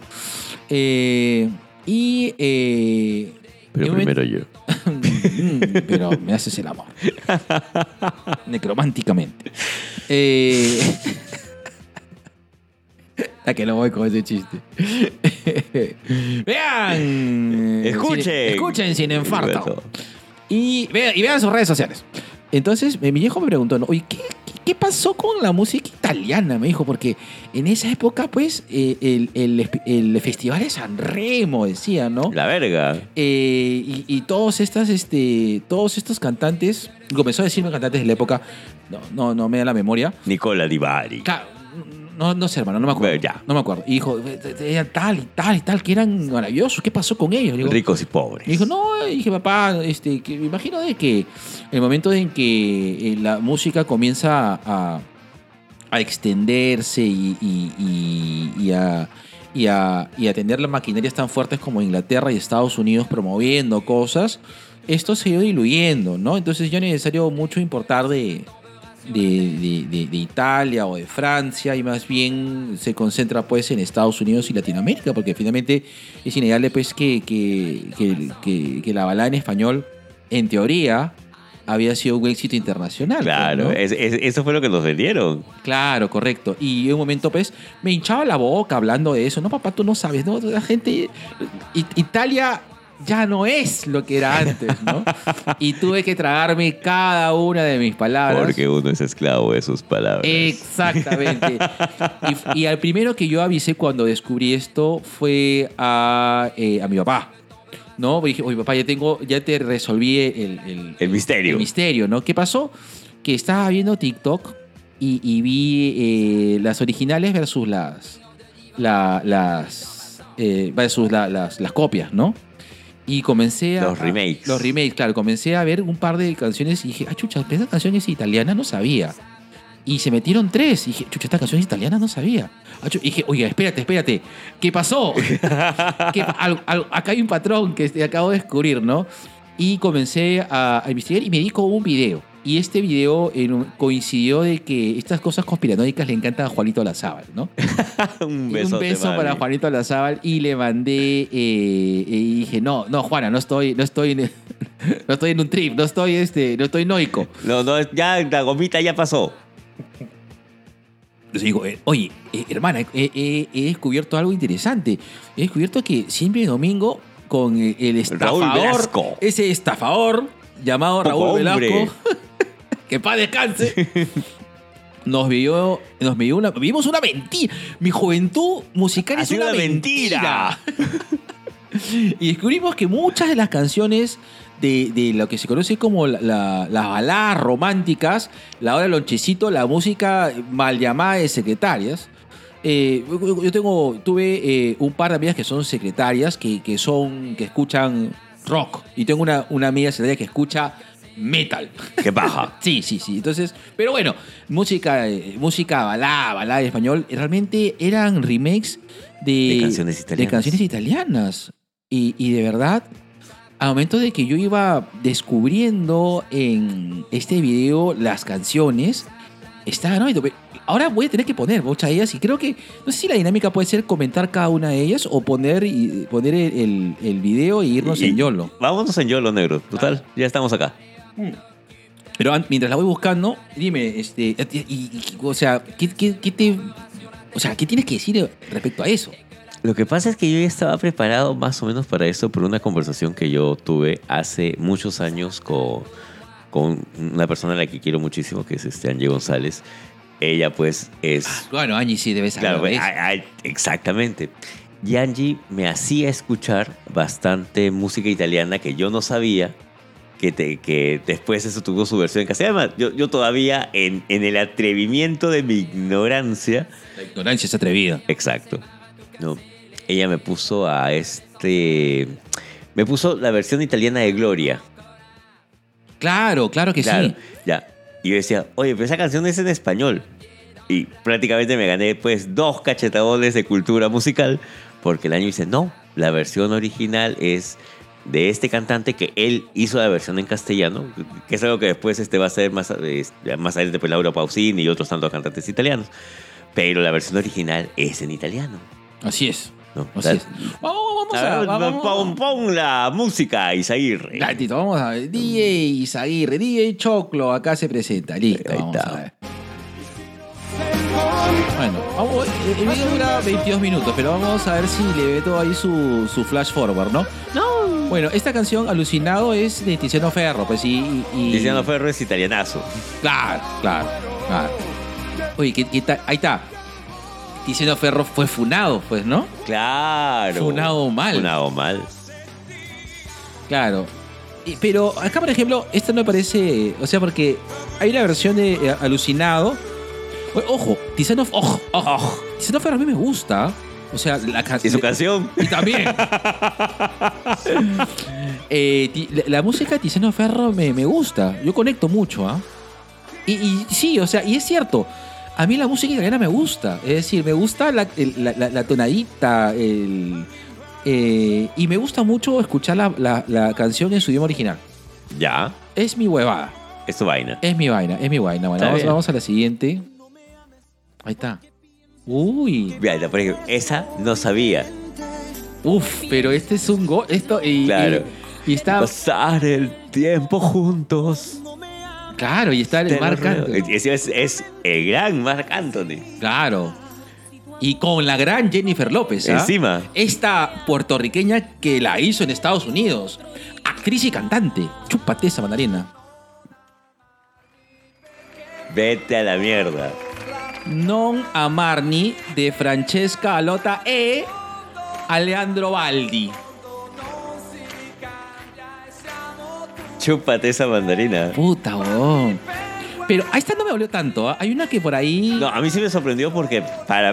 Pero en un primero yo. pero me haces el amor. Necrománticamente. A que no voy con ese chiste. Vean. Escuchen sin infarto. Y vean sus redes sociales. Entonces, mi viejo me preguntó, ¿no? Oye, ¿qué pasó con la música italiana? Me dijo, porque en esa época, pues, el festival de San Remo, decía, ¿no? La verga. Y todos estos cantantes, comenzó a decirme cantantes de la época, no me da la memoria. Nicola Di Bari. No sé, hermano, no me acuerdo. Bueno, ya. No me acuerdo. Y dijo, eran tal y tal y tal, que eran maravillosos. ¿Qué pasó con ellos? Digo, Ricos y pobres. me dijo, no, y dije, papá, que me imagino de que el momento en que la música comienza a extenderse y a tener las maquinarias tan fuertes como Inglaterra y Estados Unidos promoviendo cosas, esto se ha ido diluyendo, ¿no? Entonces ya no es necesario mucho importar de Italia o de Francia, y más bien se concentra pues en Estados Unidos y Latinoamérica, porque finalmente es innegable pues que la balada en español, en teoría, había sido un éxito internacional. Claro, pues, ¿no? eso fue lo que nos vendieron. Claro, correcto. Y en un momento, pues, me hinchaba la boca hablando de eso. No, papá, tú no sabes, ¿no? La gente... Italia ya no es lo que era antes, ¿no? Y tuve que tragarme cada una de mis palabras. Porque uno es esclavo de sus palabras. Exactamente. Y al primero que yo avisé cuando descubrí esto fue a mi papá, ¿no? Porque dije, oye, papá, ya te resolví El misterio. El misterio, ¿no? ¿Qué pasó? Que estaba viendo TikTok y vi las originales versus las copias, ¿no? Y comencé a... Los remakes. Los remakes, claro. Comencé a ver un par de canciones y dije, chucha, esta canción es italiana, no sabía. Y se metieron 3. Y dije, chucha, esta canción es italiana, no sabía. Y dije, oye, espérate. ¿Qué pasó? Acá hay un patrón que acabo de descubrir, ¿no? Y comencé a investigar y me di con un video. Y este video coincidió de que estas cosas conspiranoicas le encantan a Juanito Lazábal, ¿no? Un Un besote, beso mami. para Juanito Lazábal y le mandé y dije, no, Juana, no estoy en un trip, no estoy noico. No, ya la gomita ya pasó. Entonces digo, oye, hermana, he descubierto algo interesante. He descubierto que siempre domingo con el estafador, Raúl Velasco. ese estafador llamado Poco Raúl hombre. Velasco, que paz descanse, vivimos una mentira. Mi juventud musical Ha es sido una una mentira. Y descubrimos que muchas de las canciones de lo que se conoce como las baladas románticas, la hora del lonchecito, la música mal llamada de secretarias. Tuve un par de amigas que son secretarias, que escuchan rock. Y tengo una amiga secretaria que escucha metal. Qué paja. Sí. Entonces, pero bueno, música balada en español, realmente eran remakes de canciones italianas. Y de verdad, al momento de que yo iba descubriendo en este video las canciones, estaba, ¿no? Ahora voy a tener que poner muchas de ellas y creo que, no sé si la dinámica puede ser comentar cada una de ellas o poner el video e irnos en YOLO. Vámonos en YOLO, negro. Total, ya estamos acá. Pero mientras la voy buscando, dime, o sea, ¿qué tienes que decir respecto a eso? Lo que pasa es que yo ya estaba preparado más o menos para eso por una conversación que yo tuve hace muchos años con una persona a la que quiero muchísimo, que es Angie González. Ella pues es... Bueno, Angie sí debe saber Claro, de eso. exactamente. Yanji me hacía escuchar bastante música italiana que yo no sabía, que después eso tuvo su versión en castellano. Además, yo todavía en el atrevimiento de mi ignorancia... La ignorancia es atrevida. Exacto. No, ella me puso me puso la versión italiana de Gloria. Claro que sí. Ya. Y yo decía, oye, pero esa canción es en español. Y prácticamente me gané pues 2 cachetadones de cultura musical, porque el año dice, no, la versión original es de este cantante, que él hizo la versión en castellano, que es algo que después va a ser más adelante pues Laura Pausini y otros tantos cantantes italianos. Pero la versión original es en italiano. Así es. ¿No? Así es. Pon la música, Isaguirre. Latito, vamos a ver. DJ Isaguirre, DJ Choclo, acá se presenta. Listo, Ahí vamos está. a ver. Bueno, el video dura 22 minutos, pero vamos a ver si le ve todo ahí su flash forward, ¿no? No. Bueno, esta canción, Alucinado, es de Tiziano Ferro, pues y... Tiziano Ferro es italianazo. Claro. Oye, ahí está. Tiziano Ferro fue funado, pues, ¿no? Claro. Funado mal. Claro. Pero acá, por ejemplo, esta no me parece... O sea, porque hay una versión de Alucinado. Ojo, Tiziano Ferro a mí me gusta. O sea, la canción... ¿Y su canción? Y también. La música de Tiziano Ferro me gusta. Yo conecto mucho, ¿ah? Y sí, o sea, y es cierto. A mí la música italiana me gusta. Es decir, me gusta la tonadita, y me gusta mucho escuchar la canción en su idioma original. Ya. Es mi huevada. Es tu vaina. Es mi vaina. Bueno, vamos a la siguiente. Ahí está. Uy. Mira, por ejemplo, esa no sabía. Uf, pero este es un go. Claro. Y está. Pasar el tiempo juntos. Claro, y está el Marc Anthony. Es el gran Marc Anthony. Claro. Y con la gran Jennifer López. ¿Ah? Encima. Esta puertorriqueña que la hizo en Estados Unidos. Actriz y cantante. Chúpate esa mandarina. Vete a la mierda. Non amarni de Francesca Alotta e Alejandro Baldi. Chúpate esa mandarina. Puta, weón. Pero a esta no me dolió tanto. ¿Eh? Hay una que por ahí... No, a mí sí me sorprendió porque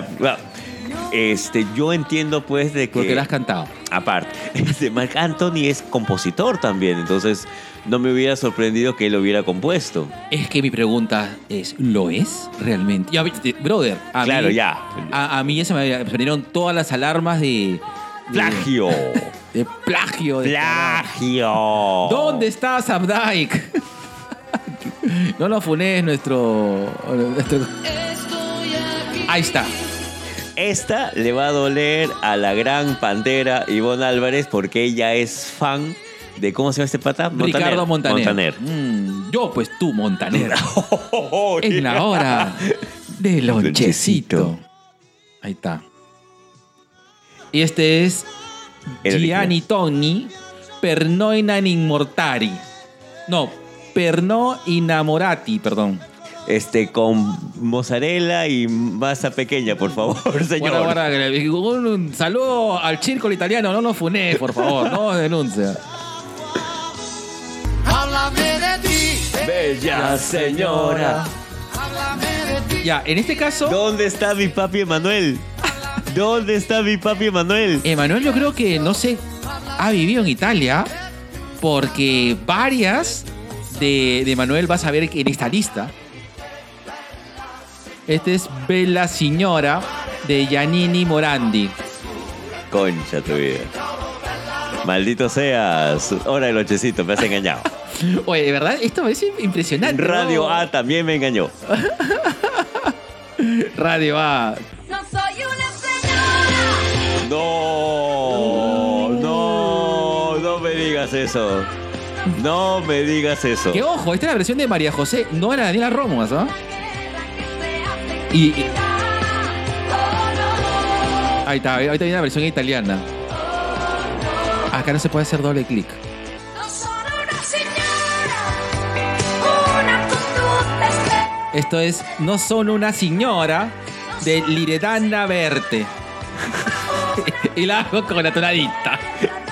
yo entiendo pues de que... Porque la has cantado. Aparte, Marc Anthony es compositor también, entonces no me hubiera sorprendido que él lo hubiera compuesto. Es que mi pregunta es, ¿lo es realmente? Ya, brother, a mí ya se me salieron todas las alarmas de... Plagio. De plagio. Plagio. ¿Dónde está Zabdaik? No lo funes nuestro... Ahí está. Esta le va a doler a la gran pantera Ivonne Álvarez porque ella es fan de... ¿Cómo se llama este pata? Ricardo Montaner. Yo, pues tú, Montaner. En la hora del lonchecito. Ahí está. Y este es Gianni Toni per no immortari. No, per no innamorati, perdón. Con mozzarella y masa pequeña, por favor, señor. Guarda, un saludo al círculo italiano, no nos funé, por favor, no denuncia. Bella señora. Ya, en este caso... ¿Dónde está mi papi Emanuel? ¿Dónde está mi papi Emanuel? Emanuel yo creo que, no sé, ha vivido en Italia porque varias de Emanuel vas a ver en esta lista. Este es Bella Signora de Giannini Morandi. Concha tu vida. Maldito seas. Hora del lonchecito, me has engañado. Oye, de verdad, esto es impresionante. Radio ¿no? A también me engañó. Radio A. No soy una señora. No me digas eso. No me digas eso. Que ojo, esta es la versión de María José, no era Daniela Romo, ¿no? Ahí está, ahí viene la versión italiana. Acá no se puede hacer doble clic. Esto es No son una señora de Loredana Berti. Y la hago con la tonadita.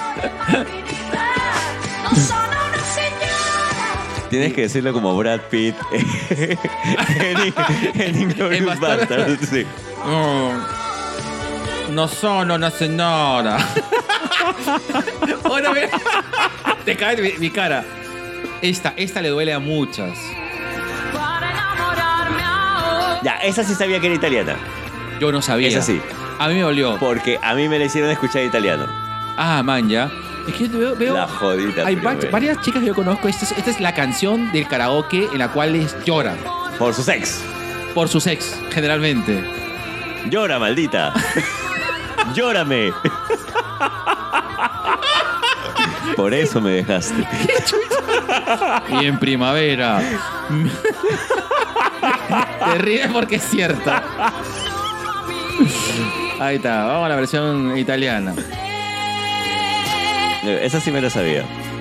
Tienes que decirlo como Brad Pitt en Inglourious Basterds. Sí. No sono una señora. Ahora ve. Te cae mi cara. Esta le duele a muchas. Ya, esa sí sabía que era italiana. Yo no sabía. Esa sí. A mí me dolió. Porque a mí me la hicieron escuchar italiano. Ah, man, ya. Es que yo veo La jodita hay primavera. varias chicas que yo conozco. Esta es la canción del karaoke en la cual lloran. Por su sex. Por sus ex, generalmente. Llora, maldita. Llórame. Por eso me dejaste. Y en primavera. Te ríes porque es cierto. Ahí está, vamos a la versión italiana. Esa sí me la sabía.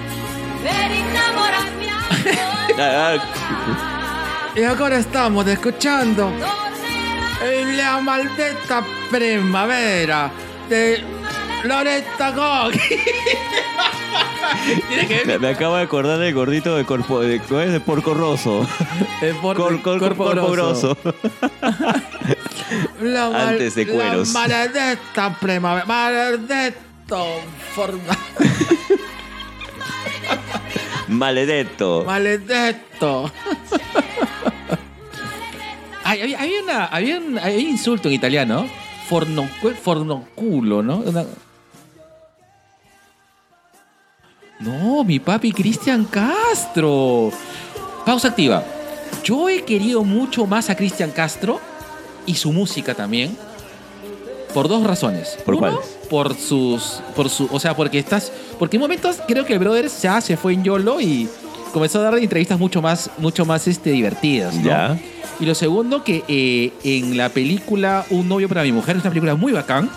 Y ahora estamos escuchando La maldita primavera de Loretta Goggi. Tiene que ver. Me acabo de acordar del gordito de Porco Rosso. Corpo Grosso. Antes de cueros. La maledetta primavera. Maledetto. Maledetto. Maledetto. Había un insulto en italiano. Fornoculo, ¿no? No, mi papi Cristian Castro. Pausa activa. Yo he querido mucho más a Cristian Castro y su música también. Por dos razones. ¿Por Uno, cuáles? porque en momentos creo que el brother ya se fue en YOLO y comenzó a dar entrevistas mucho más divertidas, ¿no? Ya. Y lo segundo, que en la película Un novio para mi mujer, es una película muy bacán.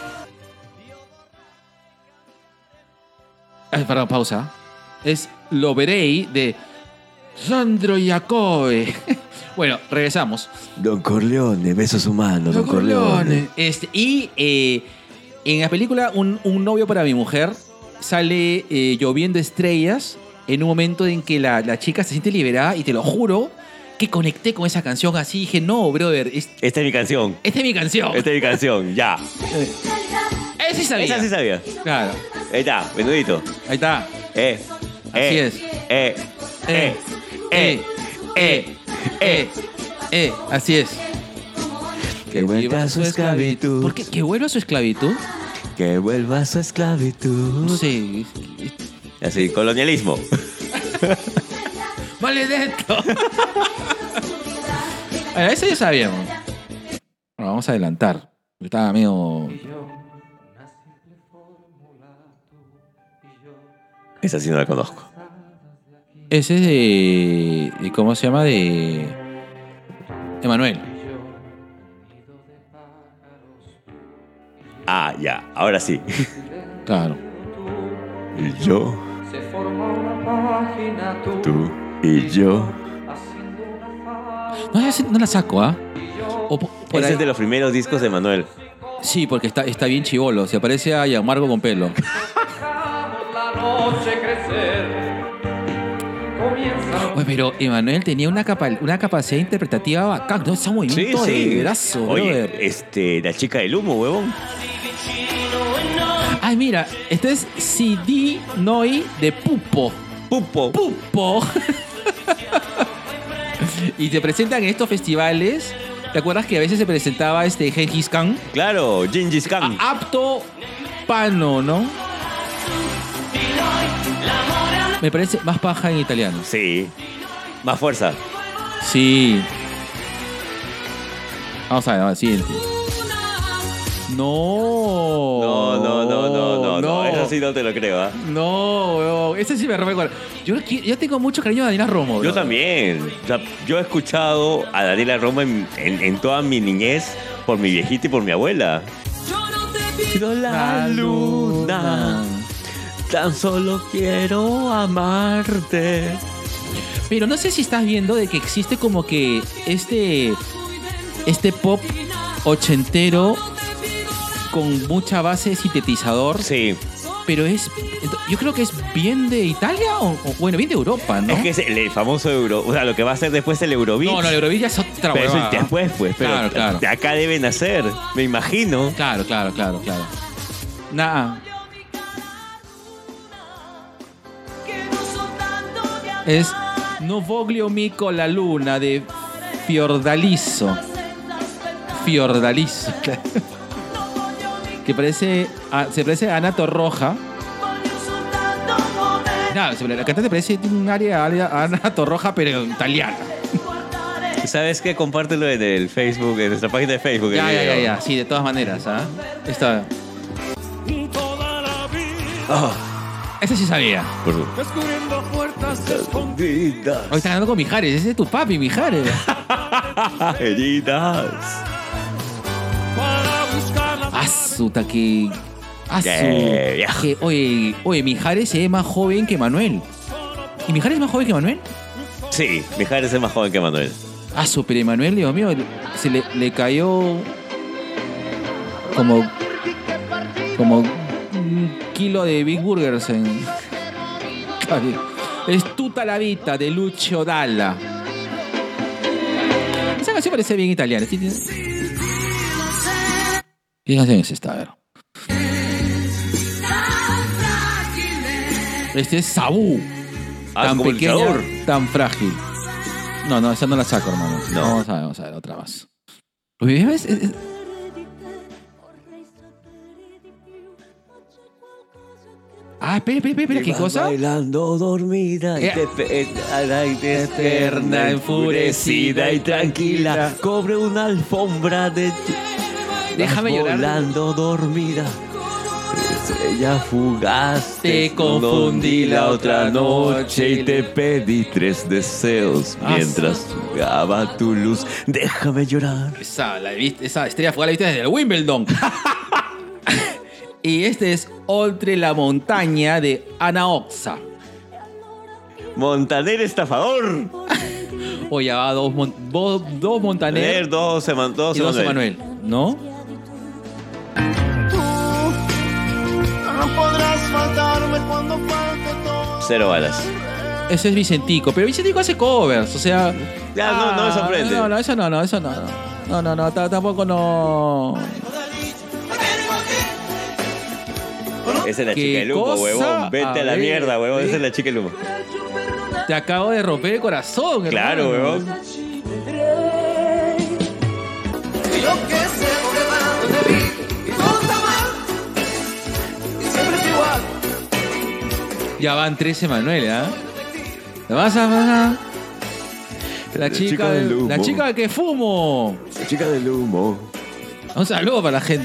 Perdón, pausa. Es Lo Verei de Sandro Jacobe. Bueno, regresamos. Don Corleone, besos humanos, Don Corleone. En la película Un novio para mi mujer sale lloviendo estrellas en un momento en que la chica se siente liberada y te lo juro que conecté con esa canción así. Dije, no, brother, Esta es mi canción. esta es mi canción. Esta es mi canción, ya. Esa sí sabía. Esa sí sabía. Claro. Ahí está, menudito. Ahí está. Así es. Así es. Que vuelva a su esclavitud. ¿Por qué? ¿Que vuelva a su esclavitud? Que vuelva a su esclavitud. No sé. Así, colonialismo. ¡Maledetto! Eso ya sabíamos. Bueno, vamos a adelantar. Estaba medio... Esa sí no la conozco. Ese es de ¿cómo se llama? De Emanuel. Ah, ya, ahora sí. Claro. Y yo. Tú y yo. No la saco, ¿ah? Ese es de los primeros discos de Manuel. Sí, porque está bien chivolo. Se parece a Gianmarco con pelo. Oye, pero Emanuel tenía una capacidad interpretativa bacán, ¿no? Ese movimiento de brazo, Oye, brother. la chica del humo, huevón. Ay, mira, este es CD Noi de Pupo. Pupo. Y se presentan en estos festivales. ¿Te acuerdas que a veces se presentaba Gengis Khan? Claro, Gengis Khan. Apto Pano, ¿no? Me parece más paja en italiano. Sí. Más fuerza. Sí. Vamos a ver, siguiente. No. No. Eso sí no te lo creo, ¿ah? No, weón. Ese sí me recuerda. Yo tengo mucho cariño a Daniela Romo, bro. Yo también. O sea, yo he escuchado a Daniela Romo en toda mi niñez por mi viejita y por mi abuela. Pido la luna. Tan solo quiero amarte. Pero no sé si estás viendo de que existe como que este pop ochentero con mucha base de sintetizador. Sí. Pero yo creo que es bien de Italia bueno, bien de Europa, ¿no? Es que es el famoso Euro. O sea, lo que va a ser después el Eurobeat. No, el Eurobeat ya es otra Pero eso huevada. es después, pues. Pero Claro. de acá deben hacer, me imagino. Claro. Nada. Es No voglio mico la luna de Fiordaliso. Que se parece a Ana Torroja. No, la cantante parece tiene un área a Ana Torroja, pero italiana. ¿Sabes qué? Compártelo en el Facebook, en nuestra página de Facebook. Ya. Sí, de todas maneras, ¿ah? Esta. Esa sí sabía. Por supuesto. Hoy está ganando con Mijares. Ese es tu papi, Mijares. Heridas. Asuta que. Yeah. Que, oye, Mijares se ve más joven que Manuel. ¿Y Mijares es más joven que Manuel? Sí, Mijares es más joven que Manuel. Pero Manuel, Dios mío, se le cayó como un kilo de Big Burgers en. Es Tutta la vita de Lucio Dalla. Esa canción parece bien italiana. ¿Qué canción es esta? A ver. Este es Sabú. Tan como el pequeña, sabor. tan frágil. No, esa no la saco, hermano. No. Vamos a ver, otra más. Uy, ¿ves? Espera, ¿qué cosa? Bailando dormida y eterna, enfurecida y tranquila. Cobre una alfombra de Déjame llorar. Volando dormida. Estrella fugaz. Te confundí la otra noche y te pedí 3 deseos mientras jugaba tu luz. Déjame llorar. Esa estrella fugaz la viste desde el Wimbledon. Y este es Oltre la montaña de Ana Oxa. Montaner estafador. Oye, va dos Montaner Dos y dos Emanuel, ¿no? Cero balas. Ese es Vicentico, pero Vicentico hace covers, o sea... Ya, no me sorprende. No, eso no. No, tampoco no... Esa es la ¿Qué chica del humo, cosa? huevón. Vete a la ver, mierda, huevón. ¿eh? Esa es la chica del humo. Te acabo de romper el corazón, Claro, hermano. huevón. Ya van 13, Manuel, ¿ah? ¿Te vas a... La chica del humo. La chica que fumo. La chica del humo. Un saludo para la gente.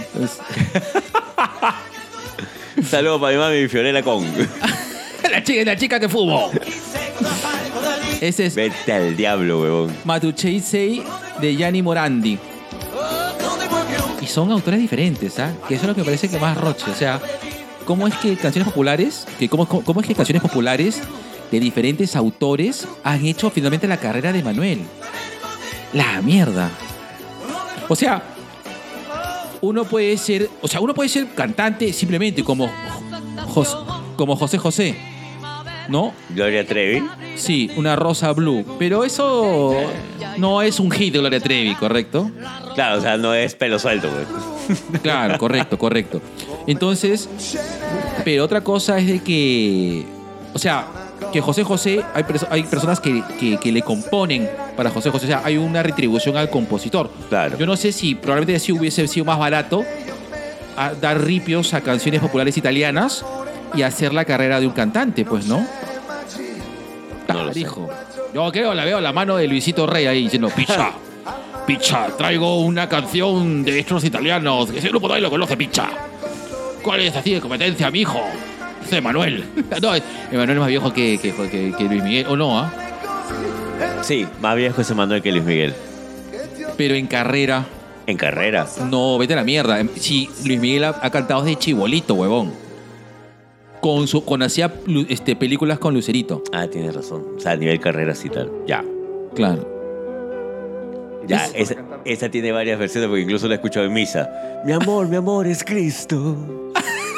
Saludos para mi mami Fiorella Con. la chica que fumo. Ese es Vete al diablo, huevón. Matucheisei de Gianni Morandi. Y son autores diferentes, ¿ah? Que eso es lo que me parece que más roche. O sea, ¿cómo es que canciones populares, cómo es que canciones populares de diferentes autores han hecho finalmente la carrera de Manuel? La mierda. O sea, uno puede ser cantante simplemente como José José, ¿no? Gloria Trevi. Sí, una rosa blue. Pero eso no es un hit de Gloria Trevi, ¿correcto? Claro, o sea, no es pelo suelto, güey. Claro, correcto. Entonces, pero otra cosa es de que, o sea, que José José, hay personas que le componen para José José. O sea, hay una retribución al compositor. Claro. Yo no sé si probablemente sí hubiese sido más barato dar ripios a canciones populares italianas y hacer la carrera de un cantante, pues, ¿no? No lo sé. Dijo. Yo creo, la veo la mano de Luisito Rey ahí diciendo, Picha, traigo una canción de estos italianos. Ese grupo nadie lo conoce, Picha. ¿Cuál es así de competencia, mijo? Dice Manuel. No, Emanuel es más viejo que Luis Miguel, ¿o no? Sí, más viejo es Emanuel que Luis Miguel. Pero en carrera, En carrera. no, vete a la mierda. Si Luis Miguel ha cantado desde chibolito, huevón. Cuando hacía películas con Lucerito. Ah, tienes razón. O sea, a nivel carrera sí tal. Ya. Claro. Ya, Es- Esa tiene varias versiones porque incluso la he escuchado en misa. Mi amor es Cristo.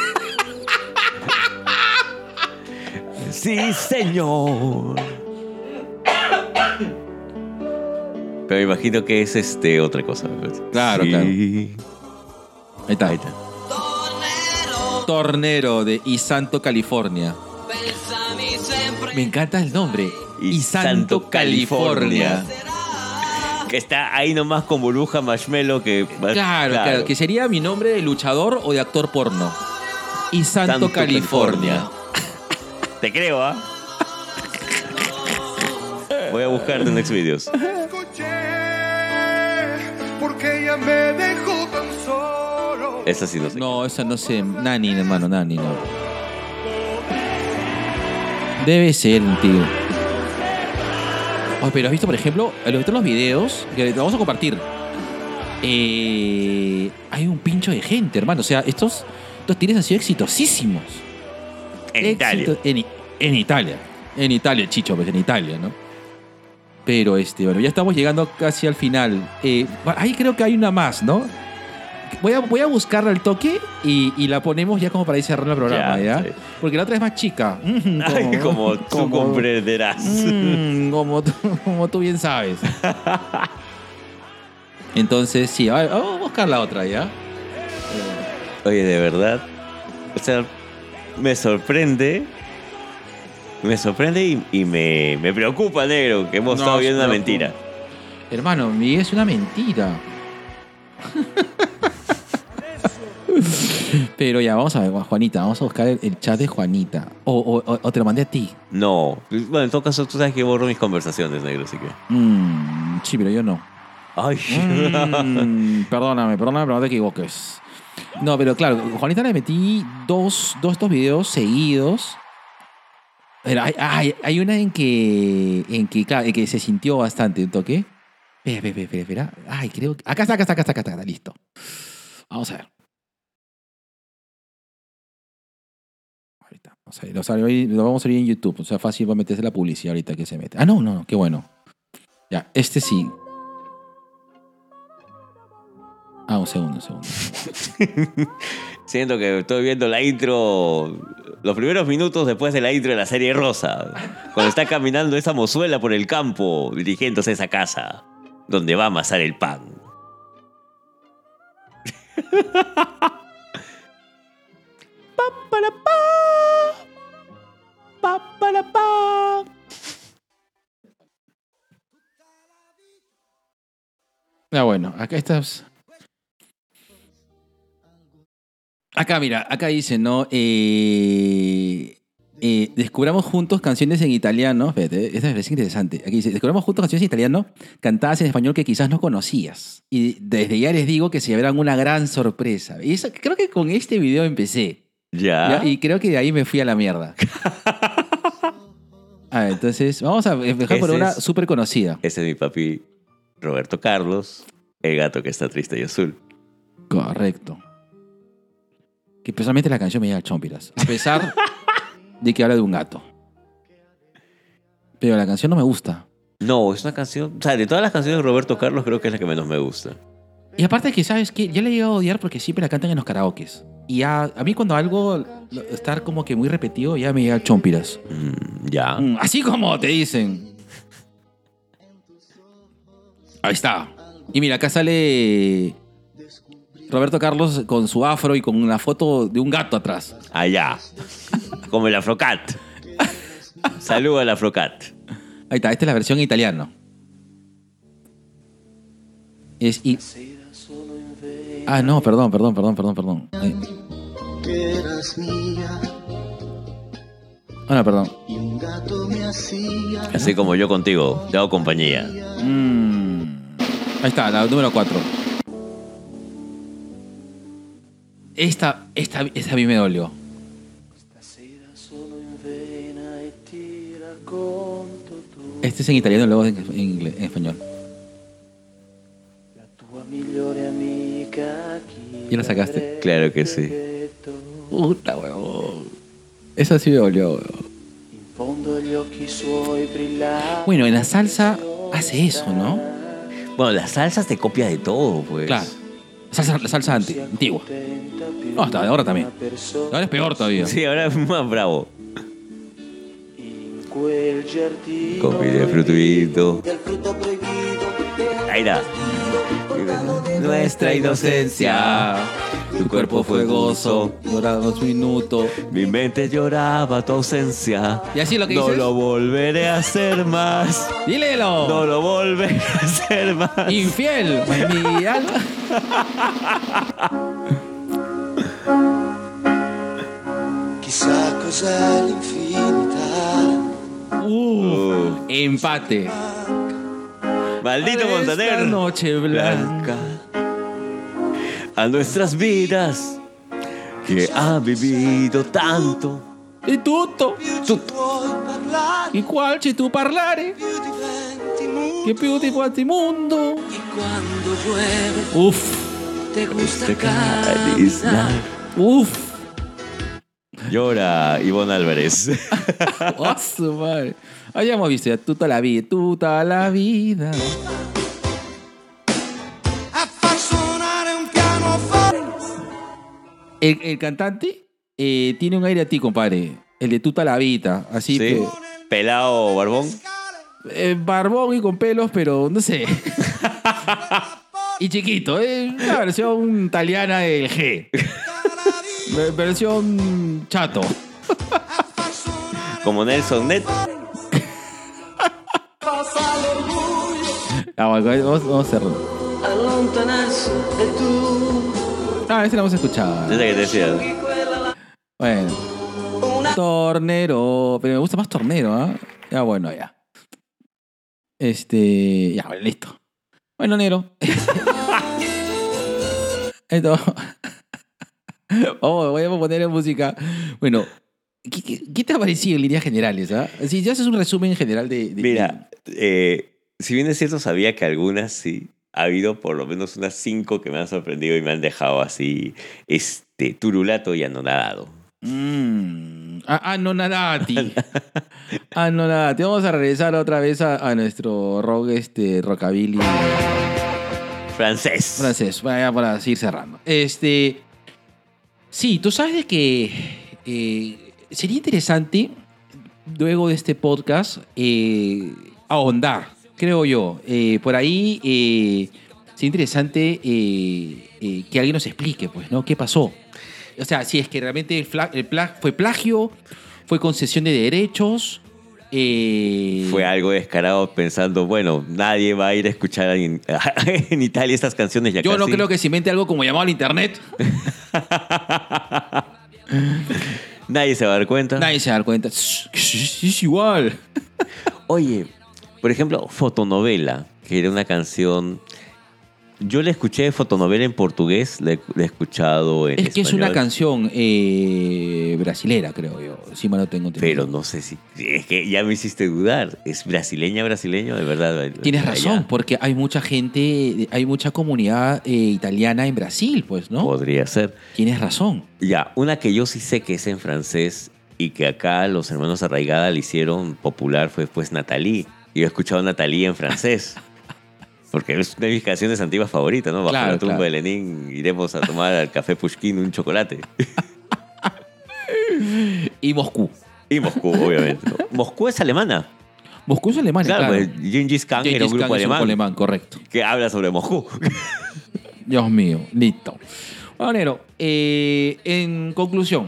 Sí, señor. Pero imagino que es otra cosa. Claro, Sí. claro. Ahí está. Tornero de Isanto, California. Me encanta el nombre. Isanto, California. Que está ahí nomás con burbuja marshmallow que... Claro, que sería mi nombre de luchador o de actor porno. Isanto, Santo, California. Te creo, ¿ah? Voy a buscarte en Xvideos. Porque ella me dejó tan solo. Esa sí no sé. No, esa no sé. Nani, hermano, Nani, no. Debe ser, tío. Oh, pero has visto, por ejemplo, los videos que te vamos a compartir. Hay un pincho de gente, hermano. O sea, estos tires han sido exitosísimos. En Italia. En Italia. En Italia, Chicho, pues en Italia, ¿no? Pero bueno, ya estamos llegando casi al final. Ahí creo que hay una más, ¿no? Voy a buscarla al toque y la ponemos ya como para ir cerrando el programa, ¿ya? Sí. Porque la otra es más chica. Ay, como tú comprenderás. Como tú bien sabes. Entonces, sí, vamos a buscar la otra, ¿ya? Oye, de verdad. O sea, me sorprende. Me sorprende y me preocupa, negro, que hemos No, estado viendo se una preocupa. mentira. Hermano, Miguel, es una mentira. Pero ya, vamos a ver, Juanita. Vamos a buscar el chat de Juanita. O te lo mandé a ti. No. Bueno, en todo caso, tú sabes que borro mis conversaciones, negro, así que... Sí, pero yo no. Ay. Perdóname, pero no te equivoques. No, pero claro, Juanita le metí dos estos videos seguidos. Pero hay una en que claro, en que se sintió bastante un toque. Espera. Ay, creo que... Acá está, listo. Vamos a ver. Ahorita, lo vamos a ver en YouTube. O sea, fácil va a meterse la publicidad ahorita que se mete. Ah, no, qué bueno. Ya, sí. Un segundo. Siento que estoy viendo la intro, los primeros minutos después de la intro de la serie Rosa, cuando está caminando esa mozuela por el campo, dirigiéndose a esa casa, donde va a amasar el pan. Bueno, acá estás. Acá, mira, acá dice, ¿no? Descubramos juntos canciones en italiano. Espérate, esta es interesante. Aquí dice, descubramos juntos canciones en italiano cantadas en español que quizás no conocías. Y desde ya les digo que se verán una gran sorpresa. Y eso, creo que con este video empecé. ¿Ya? Y creo que de ahí me fui a la mierda. A ver, entonces, vamos a empezar por una súper conocida. Ese es mi papi Roberto Carlos, el gato que está triste y azul. Correcto. Que personalmente la canción me llega al chompiras. A pesar de que habla de un gato. Pero la canción no me gusta. No, es una canción... O sea, de todas las canciones de Roberto Carlos creo que es la que menos me gusta. Y aparte que, ¿sabes qué? Ya la he llegado a odiar porque siempre la cantan en los karaokes. Y ya, a mí cuando algo está como que muy repetido, ya me llega al chompiras. Ya. Así como te dicen. Ahí está. Y mira, acá sale Roberto Carlos con su afro y con una foto de un gato atrás. Allá. Como el Afrocat. Saluda al Afrocat. Ahí está, esta es la versión en italiano. No, perdón. No, perdón. Así como yo contigo, te hago compañía. Ahí está, la número 4. Esta a mí me dolió. Este es en italiano y luego en español. ¿Ya la sacaste? Claro que sí. Puta, huevón. Eso sí me dolió, huevón. Bueno, en la salsa hace eso, ¿no? Bueno, la salsa te copia de todo, pues. Claro. La salsa antigua. No, hasta ahora también. Ahora es peor todavía. Sí, ahora es más bravo. Copi de frutito. Ahí está. Nuestra inocencia. Tu cuerpo fue gozo. Duraba 2 minutos. Mi mente lloraba tu ausencia. ¿Y así lo que No dices? lo volveré a hacer más. ¡Dílelo! No lo volveré a hacer más. Infiel. Mi alma. Chissà cos'è l'infinità. Empate. Maldito Esta Montaner. noche blanca. A nuestras vidas que ha vivido tanto. E tutto. E qual c'è tu parlare? Che più ti quanti mondo. Cuando llueve, Uf. te gusta Acariciar. Uf. Llora Ivonne Álvarez. Oh, su madre. Habíamos visto ya toda la vida. A far suonare un pianoforte. El cantante tiene un aire a ti, compadre. El de Tuta la Vida. Así ¿Sí? que. Pelado barbón. Barbón y con pelos, pero no sé. Y chiquito. Una versión italiana del G. Versión chato. Como Nelson Net. Vamos a hacerlo. allontanarsi e tu Ese lo vamos a escuchar. Esa que te decía. Bueno. Tornero. Pero me gusta más Tornero, ¿ah? Ya, bueno, ya. Ya, bueno, listo. Bueno, Nero. Esto. Voy a poner en música. Bueno, ¿qué te ha parecido en líneas generales? Si ya haces un resumen general de Mira, si bien es cierto, sabía que algunas sí. Ha habido por lo menos unas 5 que me han sorprendido y me han dejado así, turulato y anonadado. Anonadati. Anonadati. Vamos a regresar otra vez a nuestro rock, rockabilly Francés. para seguir cerrando. Sí, tú sabes de que sería interesante, luego de este podcast, ahondar, creo yo. Por ahí sería interesante que alguien nos explique, pues, ¿no? ¿Qué pasó? O sea, si es que realmente fue plagio, fue concesión de derechos. Fue algo descarado pensando, bueno, nadie va a ir a escuchar en Italia estas canciones ya Yo casi. no creo que se invente algo como llamado al internet. Nadie se va a dar cuenta. Nadie se da cuenta. Es igual. Oye, por ejemplo, Fotonovela, que era una canción... Yo la escuché Fotonovela en portugués, la he escuchado en Es que es español, una canción brasilera, creo yo. Si mal no tengo entendido. pero no sé si... Es que ya me hiciste dudar. ¿Es brasileño, de verdad? Tienes Allá. razón, porque hay mucha gente, hay mucha comunidad italiana en Brasil, pues, ¿no? Podría ser. Tienes razón. Ya, una que yo sí sé que es en francés y que acá los hermanos Arraigada le hicieron popular fue pues Nathalie. Y yo he escuchado Nathalie en francés. Porque es una de mis canciones antiguas favoritas, ¿no? Bajo Claro, la tumba claro. de Lenin iremos a tomar al café Pushkin un chocolate. Y Moscú. Y Moscú, obviamente, ¿no? Moscú es alemana. Moscú es Alemania, Claro, claro. pues Gengis Khan era un Gengis grupo Khan es un alemán correcto. que habla sobre Moscú. Dios mío, listo. Bueno, Nero, en conclusión,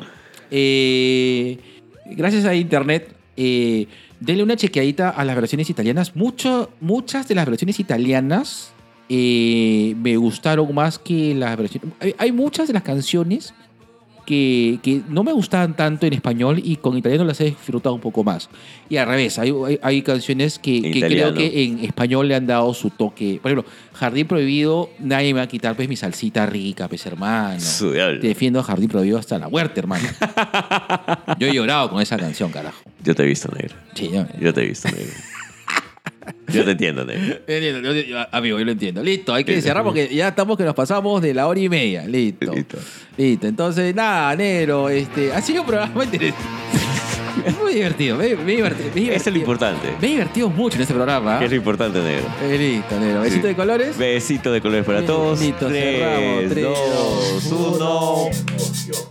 gracias a internet, denle una chequeadita a las versiones italianas. Muchas de las versiones italianas me gustaron más que las versiones... Hay muchas de las canciones que no me gustaban tanto en español y con italiano las he disfrutado un poco más. Y al revés, hay canciones que creo Italiano. que en español le han dado su toque. Por ejemplo, Jardín Prohibido, nadie me va a quitar pues mi salsita rica, pues hermano. Su diablo. Te defiendo a Jardín Prohibido hasta la muerte, hermano. Yo he llorado con esa canción, carajo. Yo te he visto, negro. Sí, Yo te he visto, negro. Yo te entiendo, negro. amigo, yo lo entiendo. Listo, hay que cerrar porque ya estamos que nos pasamos de la 1:30. Listo. Listo. Listo. Entonces, nada, negro, ha sido un programa interesante. Muy divertido. Me divertido. Eso es lo importante. Me he divertido mucho en este programa. ¿Qué es lo importante, negro? Listo, negro. Besito de colores. Besito de colores para todos. Listo, 3, cerramos. 3, 2, 1.